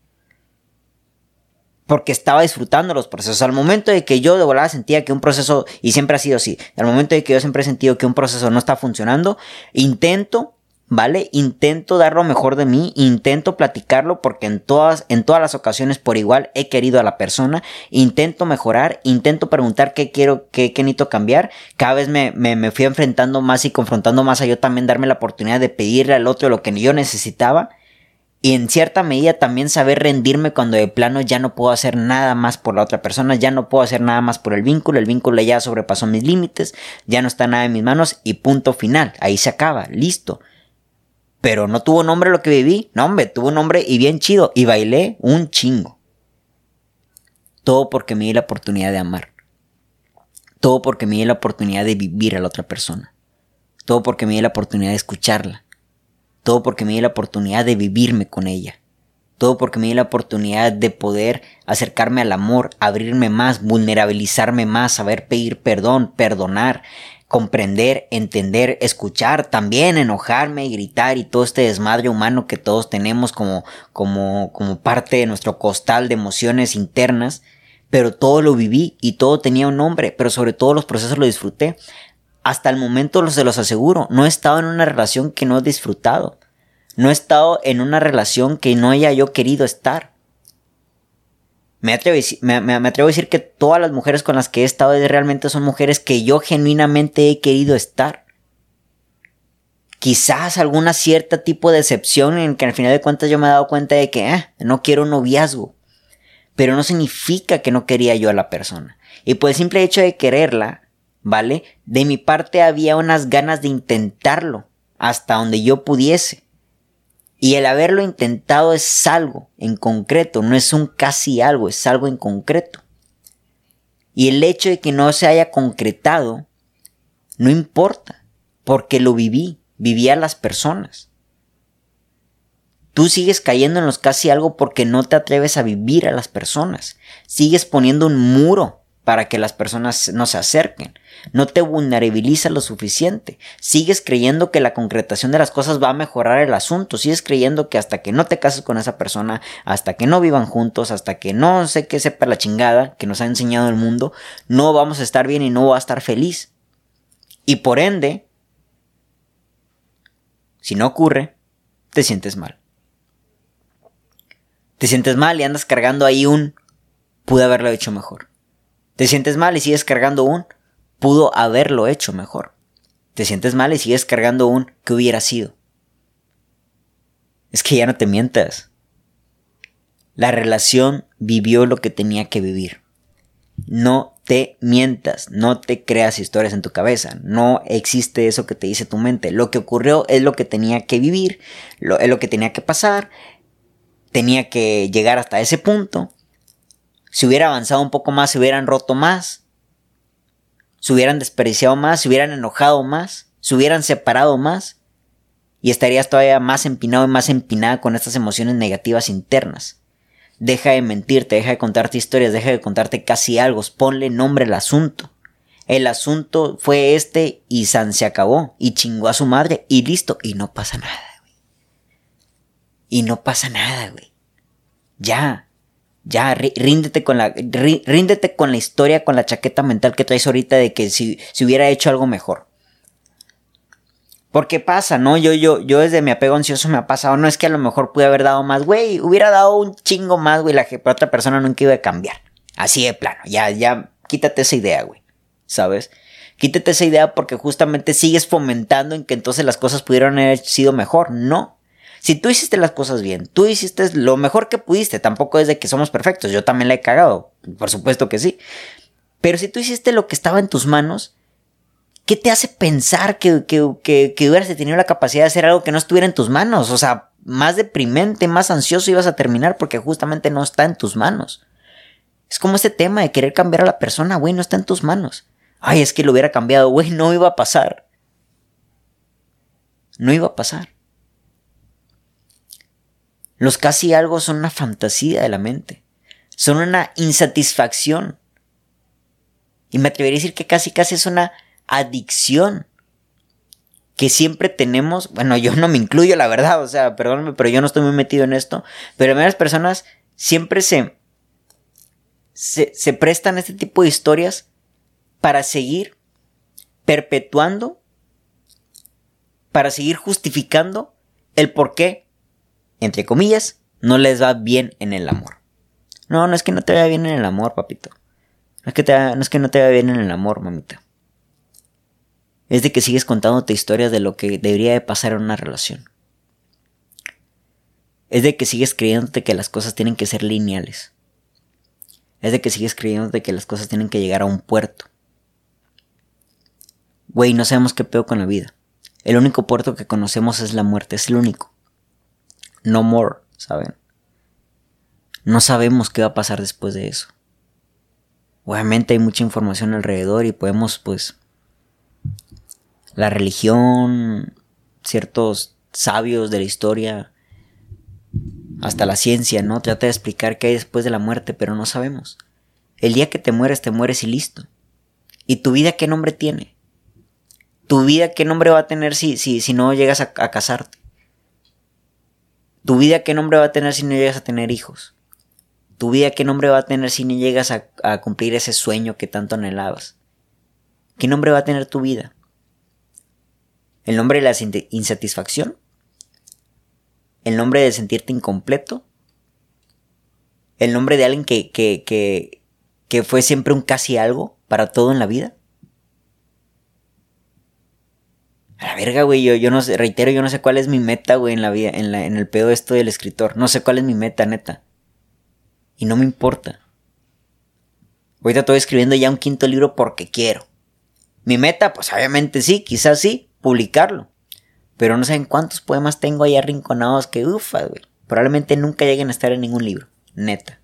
S1: Porque estaba disfrutando los procesos. Al momento de que yo de volada sentía que un proceso, y siempre ha sido así, al momento de que yo siempre he sentido que un proceso no está funcionando, intento, ¿vale? Intento dar lo mejor de mí, intento platicarlo porque en todas, en todas las ocasiones por igual he querido a la persona, intento mejorar, intento preguntar qué quiero, qué, qué necesito cambiar. Cada vez me, me, me fui enfrentando más y confrontando más a yo también darme la oportunidad de pedirle al otro lo que yo necesitaba. Y en cierta medida también saber rendirme cuando de plano ya no puedo hacer nada más por la otra persona, ya no puedo hacer nada más por el vínculo, el vínculo ya sobrepasó mis límites, ya no está nada en mis manos y punto final, ahí se acaba, listo. Pero no tuvo nombre lo que viví, no hombre, tuvo nombre y bien chido, y bailé un chingo. Todo porque me di la oportunidad de amar, todo porque me di la oportunidad de vivir a la otra persona, todo porque me di la oportunidad de escucharla. Todo porque me di la oportunidad de vivirme con ella. Todo porque me di la oportunidad de poder acercarme al amor, abrirme más, vulnerabilizarme más, saber pedir perdón, perdonar, comprender, entender, escuchar, también enojarme y gritar y todo este desmadre humano que todos tenemos como, como, como parte de nuestro costal de emociones internas. Pero todo lo viví y todo tenía un nombre, pero sobre todo los procesos lo disfruté. Hasta el momento se los aseguro, no he estado en una relación que no he disfrutado. No he estado en una relación que no haya yo querido estar. Me atrevo, me, me, me atrevo a decir que todas las mujeres con las que he estado realmente son mujeres que yo genuinamente he querido estar. Quizás alguna cierta tipo de decepción en que al final de cuentas yo me he dado cuenta de que eh, no quiero un noviazgo. Pero no significa que no quería yo a la persona. Y por el simple hecho de quererla, ¿vale? De mi parte había unas ganas de intentarlo hasta donde yo pudiese. Y el haberlo intentado es algo en concreto, no es un casi algo, es algo en concreto. Y el hecho de que no se haya concretado no importa, porque lo viví, viví a las personas. Tú sigues cayendo en los casi algo porque no te atreves a vivir a las personas. Sigues poniendo un muro para que las personas no se acerquen. No te vulnerabiliza lo suficiente. Sigues creyendo que la concretación de las cosas va a mejorar el asunto. Sigues creyendo que hasta que no te cases con esa persona, hasta que no vivan juntos, hasta que no sé qué sepa la chingada que nos ha enseñado el mundo, no vamos a estar bien y no va a estar feliz. Y por ende, si no ocurre, te sientes mal. Te sientes mal y andas cargando ahí un pude haberlo hecho mejor. Te sientes mal y sigues cargando un pudo haberlo hecho mejor. Te sientes mal y sigues cargando un ¿qué hubiera sido? Es que ya no te mientas. La relación vivió lo que tenía que vivir. No te mientas, no te creas historias en tu cabeza. No existe eso que te dice tu mente. Lo que ocurrió es lo que tenía que vivir, lo, es lo que tenía que pasar. Tenía que llegar hasta ese punto. Si hubiera avanzado un poco más, se hubieran roto más, se hubieran desperdiciado más, se hubieran enojado más, se hubieran separado más y estarías todavía más empinado y más empinada con estas emociones negativas internas. Deja de mentirte, deja de contarte historias, deja de contarte casi algo, ponle nombre al asunto. El asunto fue este y san se acabó y chingó a su madre y listo y no pasa nada, güey. Y no pasa nada, güey. Ya. Ya, ríndete con la ríndete con la historia, con la chaqueta mental que traes ahorita de que si, si hubiera hecho algo mejor. Porque pasa, ¿no? Yo, yo, yo desde mi apego ansioso me ha pasado, no es que a lo mejor pude haber dado más, güey, hubiera dado un chingo más, güey, la que para otra persona nunca iba a cambiar. Así de plano, ya, ya, quítate esa idea, güey, ¿sabes? Quítate esa idea porque justamente sigues fomentando en que entonces las cosas pudieron haber sido mejor, no. Si tú hiciste las cosas bien, tú hiciste lo mejor que pudiste, tampoco es de que somos perfectos, yo también la he cagado, por supuesto que sí. Pero si tú hiciste lo que estaba en tus manos, ¿qué te hace pensar que, que, que, que hubieras tenido la capacidad de hacer algo que no estuviera en tus manos? O sea, más deprimente, más ansioso ibas a terminar porque justamente no está en tus manos. Es como ese tema de querer cambiar a la persona, güey, no está en tus manos. Ay, es que lo hubiera cambiado, güey, no iba a pasar. No iba a pasar. Los casi algo son una fantasía de la mente. Son una insatisfacción. Y me atrevería a decir que casi casi es una adicción. Que siempre tenemos. Bueno, yo no me incluyo, la verdad. O sea, perdóname, pero yo no estoy muy metido en esto. Pero varias personas siempre se, se, se prestan a este tipo de historias para seguir perpetuando, para seguir justificando el por qué, entre comillas, no les va bien en el amor. No, no es que no te vaya bien en el amor, papito. No es que, te va, no es que no te vaya bien en el amor, mamita. Es de que sigues contándote historias de lo que debería de pasar en una relación. Es de que sigues creyéndote que las cosas tienen que ser lineales. Es de que sigues creyéndote que las cosas tienen que llegar a un puerto. Güey, no sabemos qué pedo con la vida. El único puerto que conocemos es la muerte, es el único. No more, ¿saben? No sabemos qué va a pasar después de eso. Obviamente hay mucha información alrededor y podemos, pues, la religión, ciertos sabios de la historia, hasta la ciencia, ¿no? Trata de explicar qué hay después de la muerte, pero no sabemos. El día que te mueres, te mueres y listo. ¿Y tu vida qué nombre tiene? ¿Tu vida qué nombre va a tener si, si, si no llegas a, a casarte? ¿Tu vida qué nombre va a tener si no llegas a tener hijos? ¿Tu vida qué nombre va a tener si no llegas a, a cumplir ese sueño que tanto anhelabas? ¿Qué nombre va a tener tu vida? ¿El nombre de la insatisfacción? ¿El nombre de sentirte incompleto? ¿El nombre de alguien que, que, que, que fue siempre un casi algo para todo en la vida? A la verga, güey, yo, yo no sé, reitero, yo no sé cuál es mi meta, güey, en la vida, en, la, en el pedo esto del escritor. No sé cuál es mi meta, neta. Y no me importa. Ahorita estoy escribiendo ya un quinto libro porque quiero. Mi meta, pues obviamente sí, quizás sí, publicarlo. Pero no sé en cuántos poemas tengo ahí arrinconados que ufa, güey. Probablemente nunca lleguen a estar en ningún libro, neta.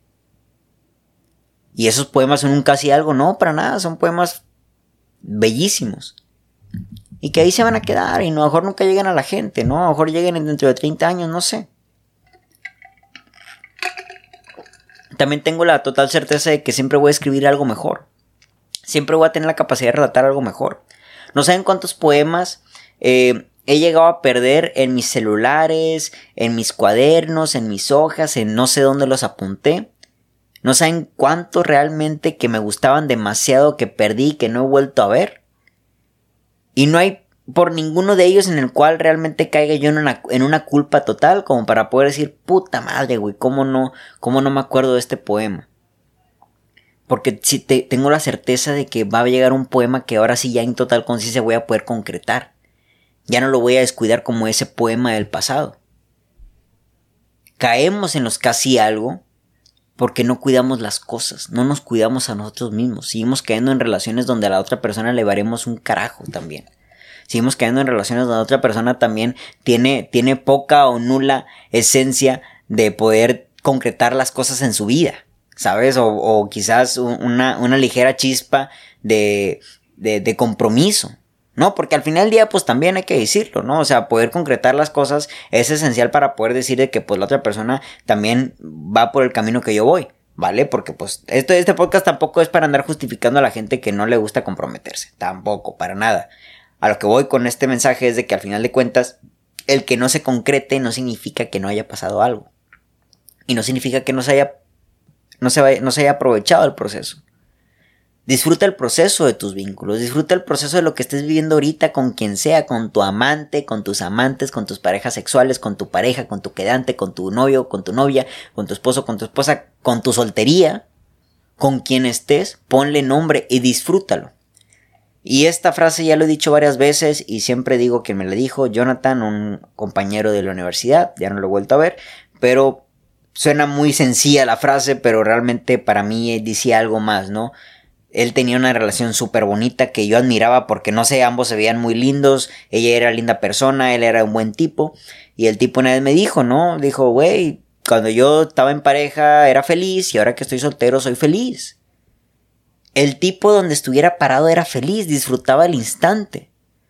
S1: Y esos poemas son un casi algo, no, para nada, son poemas bellísimos. Y que ahí se van a quedar y a lo mejor nunca lleguen a la gente, ¿no? A lo mejor lleguen dentro de treinta años, no sé. también tengo la total certeza de que siempre voy a escribir algo mejor. Siempre voy a tener la capacidad de relatar algo mejor. No saben cuántos poemas eh, he llegado a perder en mis celulares, en mis cuadernos, en mis hojas, en no sé dónde los apunté. No saben cuántos realmente que me gustaban demasiado, que perdí, que no he vuelto a ver. Y no hay por ninguno de ellos en el cual realmente caiga yo en una, en una culpa total, como para poder decir, puta madre, güey, ¿cómo no, cómo no me acuerdo de este poema? Porque si te, tengo la certeza de que va a llegar un poema que ahora sí ya en total conciencia voy a poder concretar. Ya no lo voy a descuidar como ese poema del pasado. Caemos en los casi algo porque no cuidamos las cosas, no nos cuidamos a nosotros mismos. Seguimos cayendo en relaciones donde a la otra persona le varemos un carajo también. Seguimos cayendo en relaciones donde la otra persona también tiene, tiene poca o nula esencia de poder concretar las cosas en su vida, ¿sabes? O, o quizás una, una ligera chispa de, de, de compromiso, ¿no? Porque al final del día, pues también hay que decirlo, ¿no? O sea, poder concretar las cosas es esencial para poder decir de que pues la otra persona también va por el camino que yo voy, ¿vale? Porque pues esto, este podcast tampoco es para andar justificando a la gente que no le gusta comprometerse, tampoco, para nada. A lo que voy con este mensaje es de que al final de cuentas, el que no se concrete no significa que no haya pasado algo. Y no significa que no se haya, no se vaya, no se haya aprovechado el proceso. Disfruta el proceso de tus vínculos, disfruta el proceso de lo que estés viviendo ahorita con quien sea, con tu amante, con tus amantes, con tus parejas sexuales, con tu pareja, con tu quedante, con tu novio, con tu novia, con tu esposo, con tu esposa, con tu soltería, con quien estés, ponle nombre y disfrútalo. Y esta frase ya lo he dicho varias veces y siempre digo que me la dijo Jonathan, un compañero de la universidad, ya no lo he vuelto a ver, pero suena muy sencilla la frase, pero realmente para mí decía algo más, ¿no? Él tenía una relación súper bonita que yo admiraba porque, no sé, ambos se veían muy lindos, ella era linda persona, él era un buen tipo, y el tipo una vez me dijo, ¿no? Dijo, güey, cuando yo estaba en pareja era feliz y ahora que estoy soltero soy feliz. El tipo donde estuviera parado era feliz, disfrutaba el instante.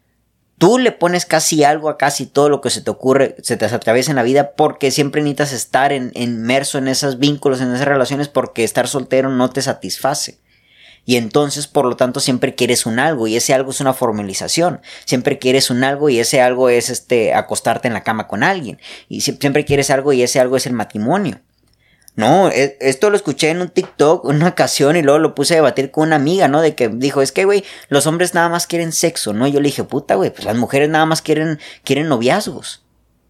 S1: Tú le pones casi algo a casi todo lo que se te ocurre, se te atraviesa en la vida porque siempre necesitas estar en, inmerso en esos vínculos, en esas relaciones, porque estar soltero no te satisface. Y entonces, por lo tanto, siempre quieres un algo y ese algo es una formalización. Siempre quieres un algo y ese algo es este acostarte en la cama con alguien. Y siempre quieres algo y ese algo es el matrimonio. No, esto lo escuché en un TikTok en una ocasión y luego lo puse a debatir con una amiga, ¿no? De que dijo, es que, güey, los hombres nada más quieren sexo, ¿no? Y yo le dije, puta, güey, pues las mujeres nada más quieren, quieren noviazgos.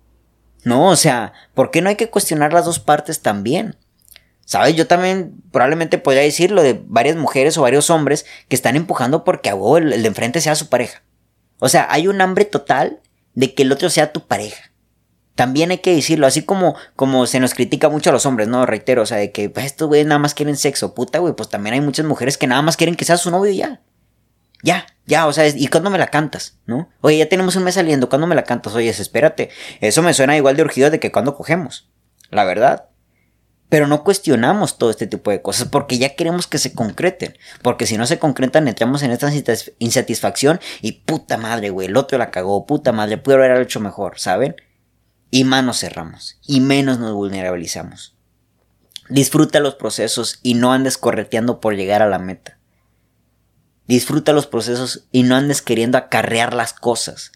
S1: No, o sea, ¿por qué no hay que cuestionar las dos partes también? ¿Sabes? Yo también probablemente podría decirlo de varias mujeres o varios hombres que están empujando porque a vos el, el de enfrente sea su pareja. O sea, hay un hambre total de que el otro sea tu pareja. También hay que decirlo, así como, como se nos critica mucho a los hombres, ¿no? Reitero, o sea, de que pues, estos güeyes nada más quieren sexo, puta, güey, pues también hay muchas mujeres que nada más quieren que sea su novio y ya. Ya, ya, o sea, ¿y cuándo me la cantas? ¿No? Oye, ya tenemos un mes saliendo, ¿cuándo me la cantas? Oye, espérate, eso me suena igual de urgido de que cuando cogemos, la verdad. Pero no cuestionamos todo este tipo de cosas porque ya queremos que se concreten. Porque si no se concretan, entramos en esta insatisfacción y puta madre, güey, el otro la cagó, puta madre, pudo haber hecho mejor, ¿saben? Y más nos cerramos, y menos nos vulnerabilizamos. Disfruta los procesos y no andes correteando por llegar a la meta. Disfruta los procesos y no andes queriendo acarrear las cosas.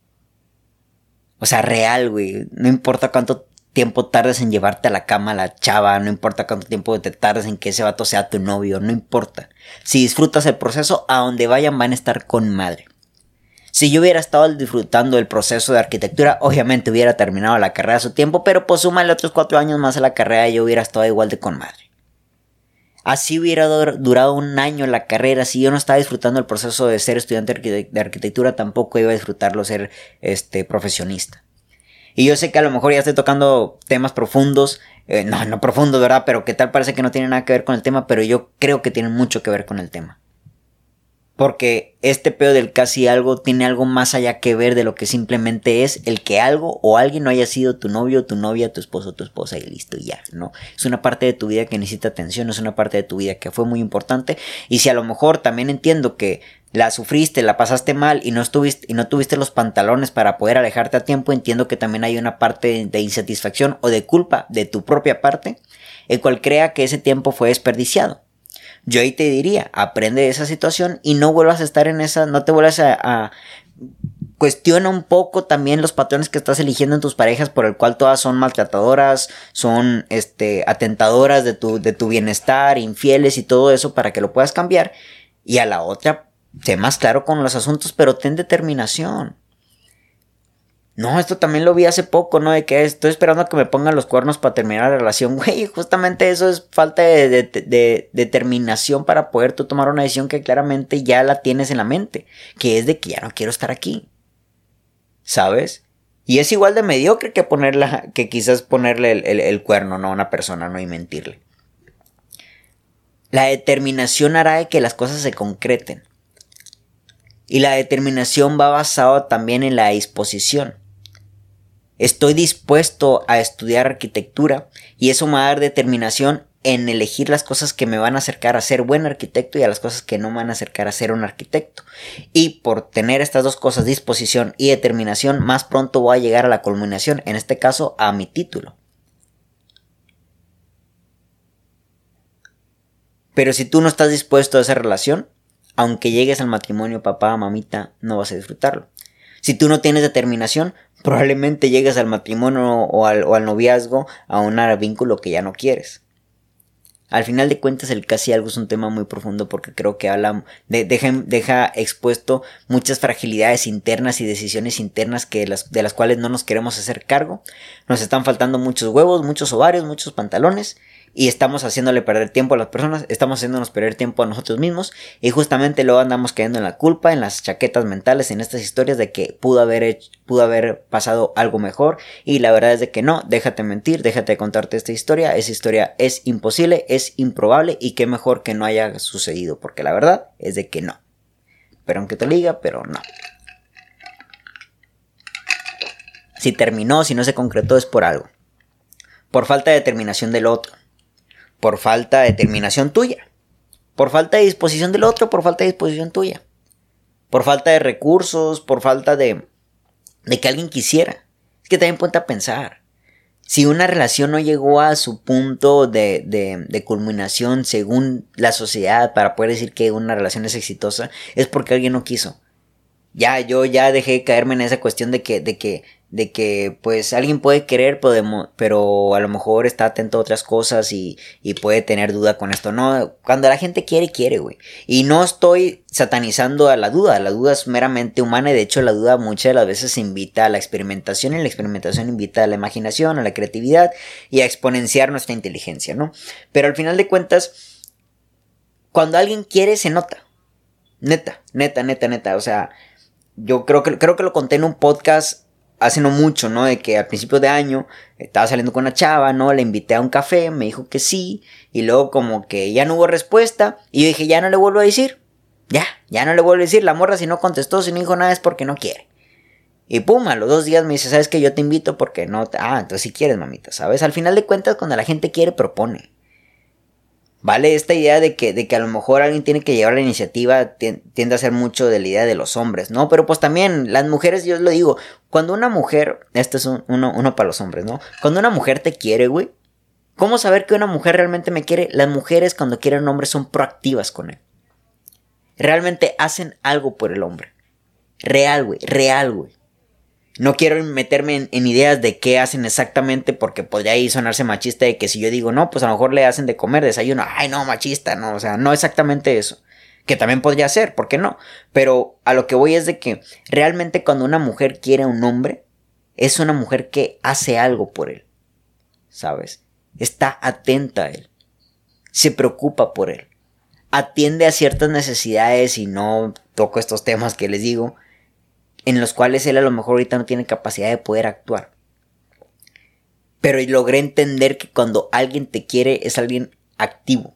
S1: O sea, real, güey. No importa cuánto tiempo tardes en llevarte a la cama a la chava, no importa cuánto tiempo te tardes en que ese vato sea tu novio, no importa. Si disfrutas el proceso, a donde vayan van a estar con madre. Si yo hubiera estado disfrutando el proceso de arquitectura, obviamente hubiera terminado la carrera a su tiempo, pero pues súmale otros cuatro años más a la carrera y yo hubiera estado igual de con madre. Así hubiera durado un año la carrera. Si yo no estaba disfrutando el proceso de ser estudiante de arquitectura, tampoco iba a disfrutarlo ser este profesionista. Y yo sé que a lo mejor ya estoy tocando temas profundos, eh, no, no profundos, ¿verdad? Pero que tal parece que no tienen nada que ver con el tema, pero yo creo que tienen mucho que ver con el tema. Porque este pedo del casi algo tiene algo más allá que ver de lo que simplemente es el que algo o alguien no haya sido tu novio, tu novia, tu esposo, tu esposa y listo y ya, ¿no? Es una parte de tu vida que necesita atención, es una parte de tu vida que fue muy importante. Y si a lo mejor también entiendo que la sufriste, la pasaste mal y no estuviste, y no tuviste los pantalones para poder alejarte a tiempo, entiendo que también hay una parte de, de insatisfacción o de culpa de tu propia parte el cual crea que ese tiempo fue desperdiciado. Yo ahí te diría, aprende de esa situación y no vuelvas a estar en esa, no te vuelvas a, a cuestiona un poco también los patrones que estás eligiendo en tus parejas, por el cual todas son maltratadoras, son este, atentadoras de tu, de tu bienestar, infieles y todo eso, para que lo puedas cambiar. Y a la otra, sé más claro con los asuntos, pero ten determinación. No, esto también lo vi hace poco, ¿no? De que estoy esperando a que me pongan los cuernos para terminar la relación. Güey, justamente eso es falta de, de, de, de determinación para poder tú tomar una decisión que claramente ya la tienes en la mente. Que es de que ya no quiero estar aquí. ¿Sabes? Y es igual de mediocre que ponerla, que quizás ponerle el, el, el cuerno, ¿no? A una persona, ¿no? Y mentirle. La determinación hará de que las cosas se concreten. Y la determinación va basada también en la disposición. Estoy dispuesto a estudiar arquitectura y eso me va a dar determinación en elegir las cosas que me van a acercar a ser buen arquitecto y a las cosas que no me van a acercar a ser un arquitecto. Y por tener estas dos cosas, disposición y determinación, más pronto voy a llegar a la culminación, en este caso a mi título. Pero si tú no estás dispuesto a esa relación, aunque llegues al matrimonio, papá, mamita, no vas a disfrutarlo. Si tú no tienes determinación, probablemente llegues al matrimonio o al, o al noviazgo a un vínculo que ya no quieres. Al final de cuentas, el casi algo es un tema muy profundo porque creo que habla de, deja, deja expuesto muchas fragilidades internas y decisiones internas que las, de las cuales no nos queremos hacer cargo. Nos están faltando muchos huevos, muchos ovarios, muchos pantalones. Y estamos haciéndole perder tiempo a las personas, estamos haciéndonos perder tiempo a nosotros mismos. Y justamente luego andamos cayendo en la culpa, en las chaquetas mentales, en estas historias de que pudo haber hecho, pudo haber pasado algo mejor. Y la verdad es de que no, déjate mentir, déjate contarte esta historia. Esa historia es imposible, es improbable y qué mejor que no haya sucedido. Porque la verdad es de que no. Pero aunque te lo diga, pero no. Si terminó, si no se concretó es por algo. Por falta de determinación del otro. Por falta de determinación tuya. Por falta de disposición del otro, por falta de disposición tuya. Por falta de recursos, por falta de, de que alguien quisiera. Es que también ponte a pensar. Si una relación no llegó a su punto de, de, de culminación según la sociedad para poder decir que una relación es exitosa, es porque alguien no quiso. Ya, yo ya dejé de caerme en esa cuestión de que, de que, de que, pues, alguien puede querer, pero, pero a lo mejor está atento a otras cosas y, y puede tener duda con esto. No, cuando la gente quiere, quiere, güey. Y no estoy satanizando a la duda, la duda es meramente humana y de hecho la duda muchas de las veces invita a la experimentación y la experimentación invita a la imaginación, a la creatividad y a exponenciar nuestra inteligencia, ¿no? Pero al final de cuentas, cuando alguien quiere, se nota. Neta, neta, neta, neta, o sea... Yo creo que, creo que lo conté en un podcast hace no mucho, ¿no? De que al principio de año estaba saliendo con una chava, ¿no? Le invité a un café, me dijo que sí. Y luego como que ya no hubo respuesta. Y yo dije, ya no le vuelvo a decir. Ya, ya no le vuelvo a decir. La morra si no contestó, si no dijo nada es porque no quiere. Y pum, a los dos días me dice, ¿sabes qué? Yo te invito porque no... Te... Ah, entonces si quieres, mamita, ¿sabes? Al final de cuentas, cuando la gente quiere, propone. Vale, esta idea de que, de que a lo mejor alguien tiene que llevar la iniciativa tiende a ser mucho de la idea de los hombres, ¿no? Pero pues también las mujeres, yo lo digo, cuando una mujer, esto es un, uno, uno para los hombres, ¿no? Cuando una mujer te quiere, güey, ¿cómo saber que una mujer realmente me quiere? Las mujeres cuando quieren a un hombre son proactivas con él. Realmente hacen algo por el hombre. Real, güey, real, güey. No quiero meterme en, en ideas de qué hacen exactamente porque podría ahí sonarse machista de que si yo digo no, pues a lo mejor le hacen de comer, desayuno. Ay, no, machista, no, o sea, no exactamente eso. Que también podría ser, ¿por qué no? Pero a lo que voy es de que realmente cuando una mujer quiere a un hombre, es una mujer que hace algo por él, ¿sabes? Está atenta a él, se preocupa por él, atiende a ciertas necesidades y no toco estos temas que les digo, en los cuales él a lo mejor ahorita no tiene capacidad de poder actuar. Pero logré entender que cuando alguien te quiere es alguien activo.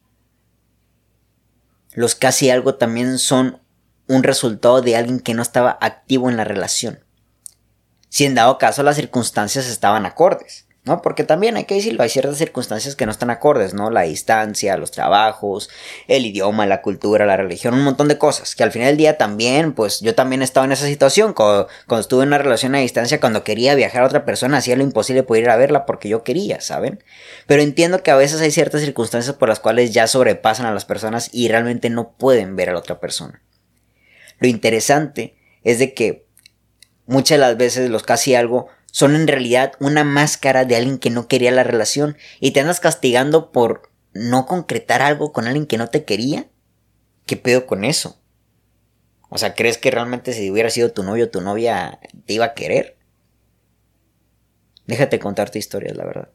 S1: Los casi algo también son un resultado de alguien que no estaba activo en la relación. Si en dado caso las circunstancias estaban acordes. ¿no? Porque también hay que decirlo, hay ciertas circunstancias que no están acordes, ¿no? La distancia, los trabajos, el idioma, la cultura, la religión, un montón de cosas. Que al final del día también, pues yo también he estado en esa situación. Cuando, cuando estuve en una relación a distancia, cuando quería viajar a otra persona, hacía lo imposible por ir a verla porque yo quería, ¿saben? Pero entiendo que a veces hay ciertas circunstancias por las cuales ya sobrepasan a las personas y realmente no pueden ver a la otra persona. Lo interesante es de que muchas de las veces los casi algo son en realidad una máscara de alguien que no quería la relación y te andas castigando por no concretar algo con alguien que no te quería. ¿Qué pedo con eso? O sea, ¿crees que realmente si hubiera sido tu novio o tu novia te iba a querer? Déjate contarte historias, la verdad.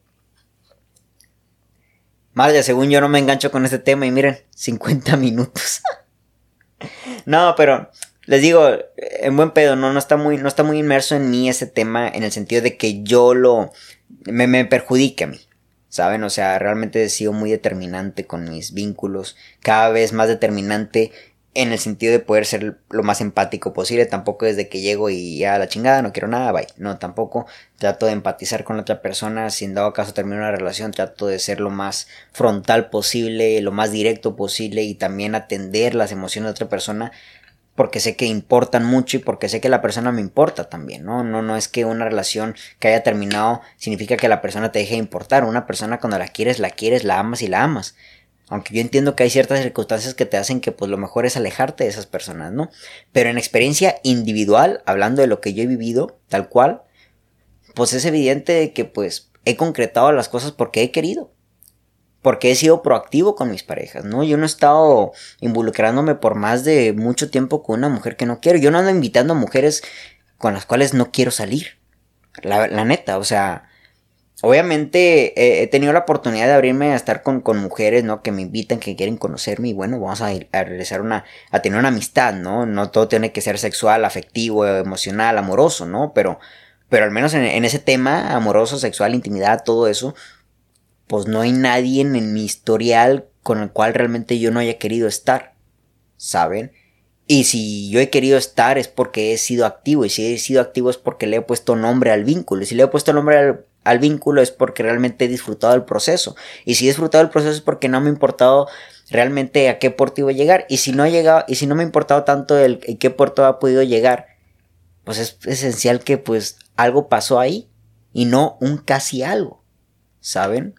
S1: Madre, según yo no me engancho con este tema y miren, cincuenta minutos. No, pero les digo, en buen pedo, no, no está muy, no está muy inmerso en mí ese tema en el sentido de que yo lo, me, me perjudique a mí, ¿saben? O sea, realmente he sido muy determinante con mis vínculos, cada vez más determinante en el sentido de poder ser lo más empático posible. Tampoco desde que llego y ya la chingada, no quiero nada, bye. No, tampoco trato de empatizar con la otra persona. Si en dado caso termino una relación, trato de ser lo más frontal posible, lo más directo posible y también atender las emociones de otra persona, porque sé que importan mucho y porque sé que la persona me importa también, ¿no? No, no es que una relación que haya terminado significa que la persona te deje de importar. Una persona cuando la quieres, la quieres, la amas y la amas. Aunque yo entiendo que hay ciertas circunstancias que te hacen que pues lo mejor es alejarte de esas personas, ¿no? Pero en experiencia individual, hablando de lo que yo he vivido, tal cual, pues es evidente que pues he concretado las cosas porque he querido. Porque he sido proactivo con mis parejas, ¿no? Yo no he estado involucrándome por más de mucho tiempo con una mujer que no quiero. Yo no ando invitando a mujeres con las cuales no quiero salir. La, la neta, o sea... Obviamente eh, he tenido la oportunidad de abrirme a estar con, con mujeres, ¿no? Que me invitan, que quieren conocerme y bueno, vamos a, ir a realizar una, a tener una amistad, ¿no? No todo tiene que ser sexual, afectivo, emocional, amoroso, ¿no? Pero, pero al menos en, en ese tema, amoroso, sexual, intimidad, todo eso, pues no hay nadie en, en mi historial con el cual realmente yo no haya querido estar, ¿saben? Y si yo he querido estar es porque he sido activo, y si he sido activo es porque le he puesto nombre al vínculo, y si le he puesto nombre al al vínculo es porque realmente he disfrutado del proceso. Y si he disfrutado del proceso es porque no me ha importado realmente a qué puerto iba a llegar. Y si no ha llegado, y si no me ha importado tanto el, el qué puerto ha podido llegar, pues es esencial que pues algo pasó ahí y no un casi algo, ¿saben?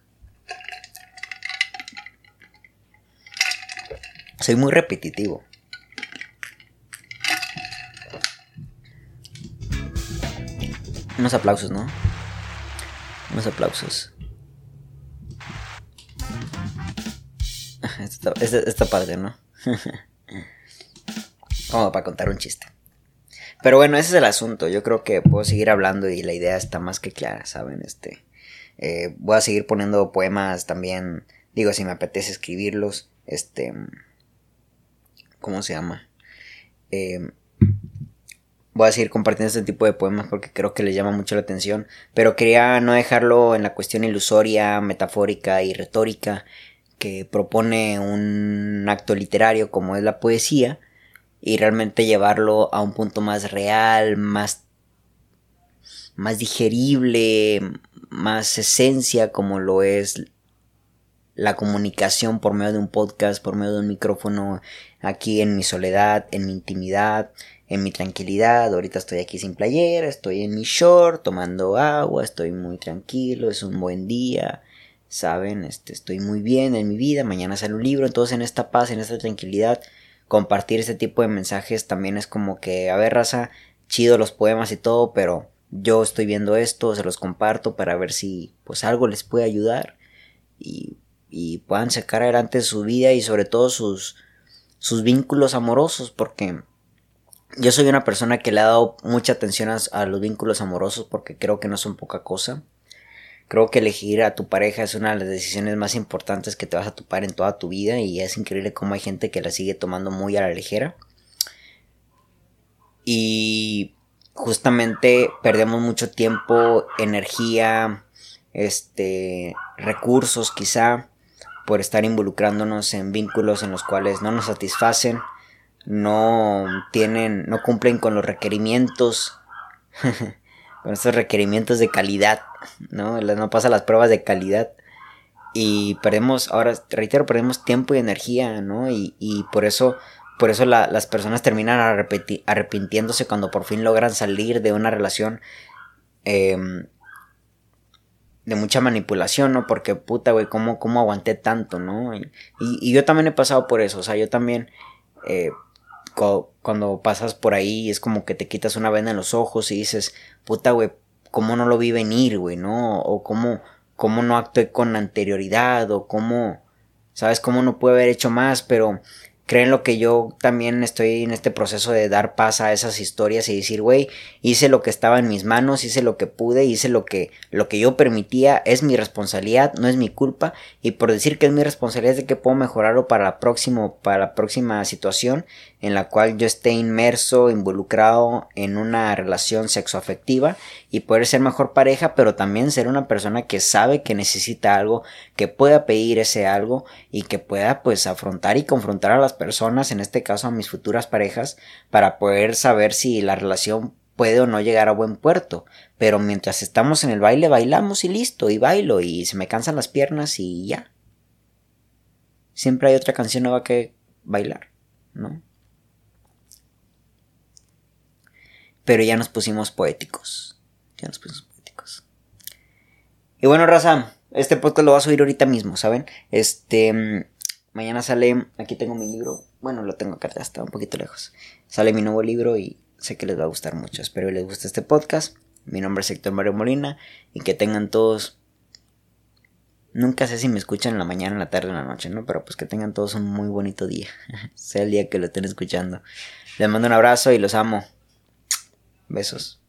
S1: Soy muy repetitivo. Unos aplausos, ¿no? Unos aplausos. Esta, esta, esta parte, ¿no? Como para contar un chiste. Pero bueno, ese es el asunto. Yo creo que puedo seguir hablando y la idea está más que clara, ¿saben? Este, eh, voy a seguir poniendo poemas también. Digo, si me apetece escribirlos. Este, ¿cómo se llama? Eh... Voy a seguir compartiendo este tipo de poemas porque creo que les llama mucho la atención. Pero quería no dejarlo en la cuestión ilusoria, metafórica y retórica que propone un acto literario como es la poesía. Y realmente llevarlo a un punto más real, más, más digerible, más esencia como lo es la comunicación por medio de un podcast, por medio de un micrófono, aquí en mi soledad, en mi intimidad, en mi tranquilidad. Ahorita estoy aquí sin playera, estoy en mi short, tomando agua, estoy muy tranquilo, es un buen día, ¿saben? Este, estoy muy bien en mi vida, mañana sale un libro, entonces en esta paz, en esta tranquilidad, compartir este tipo de mensajes también es como que, a ver, raza, chido los poemas y todo, pero yo estoy viendo esto, se los comparto para ver si pues algo les puede ayudar y, y puedan sacar adelante su vida y sobre todo sus, sus vínculos amorosos, porque yo soy una persona que le ha dado mucha atención a, a los vínculos amorosos porque creo que no son poca cosa. Creo que elegir a tu pareja es una de las decisiones más importantes que te vas a topar en toda tu vida y es increíble cómo hay gente que la sigue tomando muy a la ligera. Y justamente perdemos mucho tiempo, energía, este, recursos quizá por estar involucrándonos en vínculos en los cuales no nos satisfacen, no tienen, no cumplen con los requerimientos, con estos requerimientos de calidad ¿no? No pasa las pruebas de calidad. Y perdemos, ahora reitero, perdemos tiempo y energía, ¿no? Y, y por eso, por eso la, las personas terminan arrepenti- arrepintiéndose cuando por fin logran salir de una relación eh, de mucha manipulación, ¿no? Porque puta, güey, ¿cómo, ¿cómo aguanté tanto, ¿no? Y, y, y yo también he pasado por eso, o sea, yo también, eh, cu- cuando pasas por ahí es como que te quitas una venda en los ojos y dices, puta, güey, ¿cómo no lo vi venir, güey, no? O cómo, cómo no actué con anterioridad, o cómo, ¿sabes? Cómo no pude haber hecho más, pero creen lo que yo también estoy en este proceso de dar paz a esas historias y decir, güey, hice lo que estaba en mis manos, hice lo que pude, hice lo que, lo que yo permitía, es mi responsabilidad, no es mi culpa, y por decir que es mi responsabilidad es de que puedo mejorarlo para la próxima, para la próxima situación en la cual yo esté inmerso, involucrado en una relación sexoafectiva y poder ser mejor pareja, pero también ser una persona que sabe que necesita algo, que pueda pedir ese algo y que pueda pues afrontar y confrontar a las personas, en este caso a mis futuras parejas, para poder saber si la relación puede o no llegar a buen puerto. Pero mientras estamos en el baile, bailamos y listo, y bailo y se me cansan las piernas y ya. Siempre hay otra canción nueva que bailar, ¿no? Pero ya nos pusimos poéticos. Ya nos pusimos poéticos. Y bueno, raza, este podcast lo voy a subir ahorita mismo, ¿saben? Este... Mañana sale... Aquí tengo mi libro. Bueno, lo tengo acá, está un poquito lejos. Sale mi nuevo libro y sé que les va a gustar mucho. Espero que les guste este podcast. Mi nombre es Héctor Mario Molina. Y que tengan todos... Nunca sé si me escuchan en la mañana, en la tarde o en la noche, ¿no? Pero pues que tengan todos un muy bonito día. Sea el día que lo estén escuchando. Les mando un abrazo y los amo. Besos.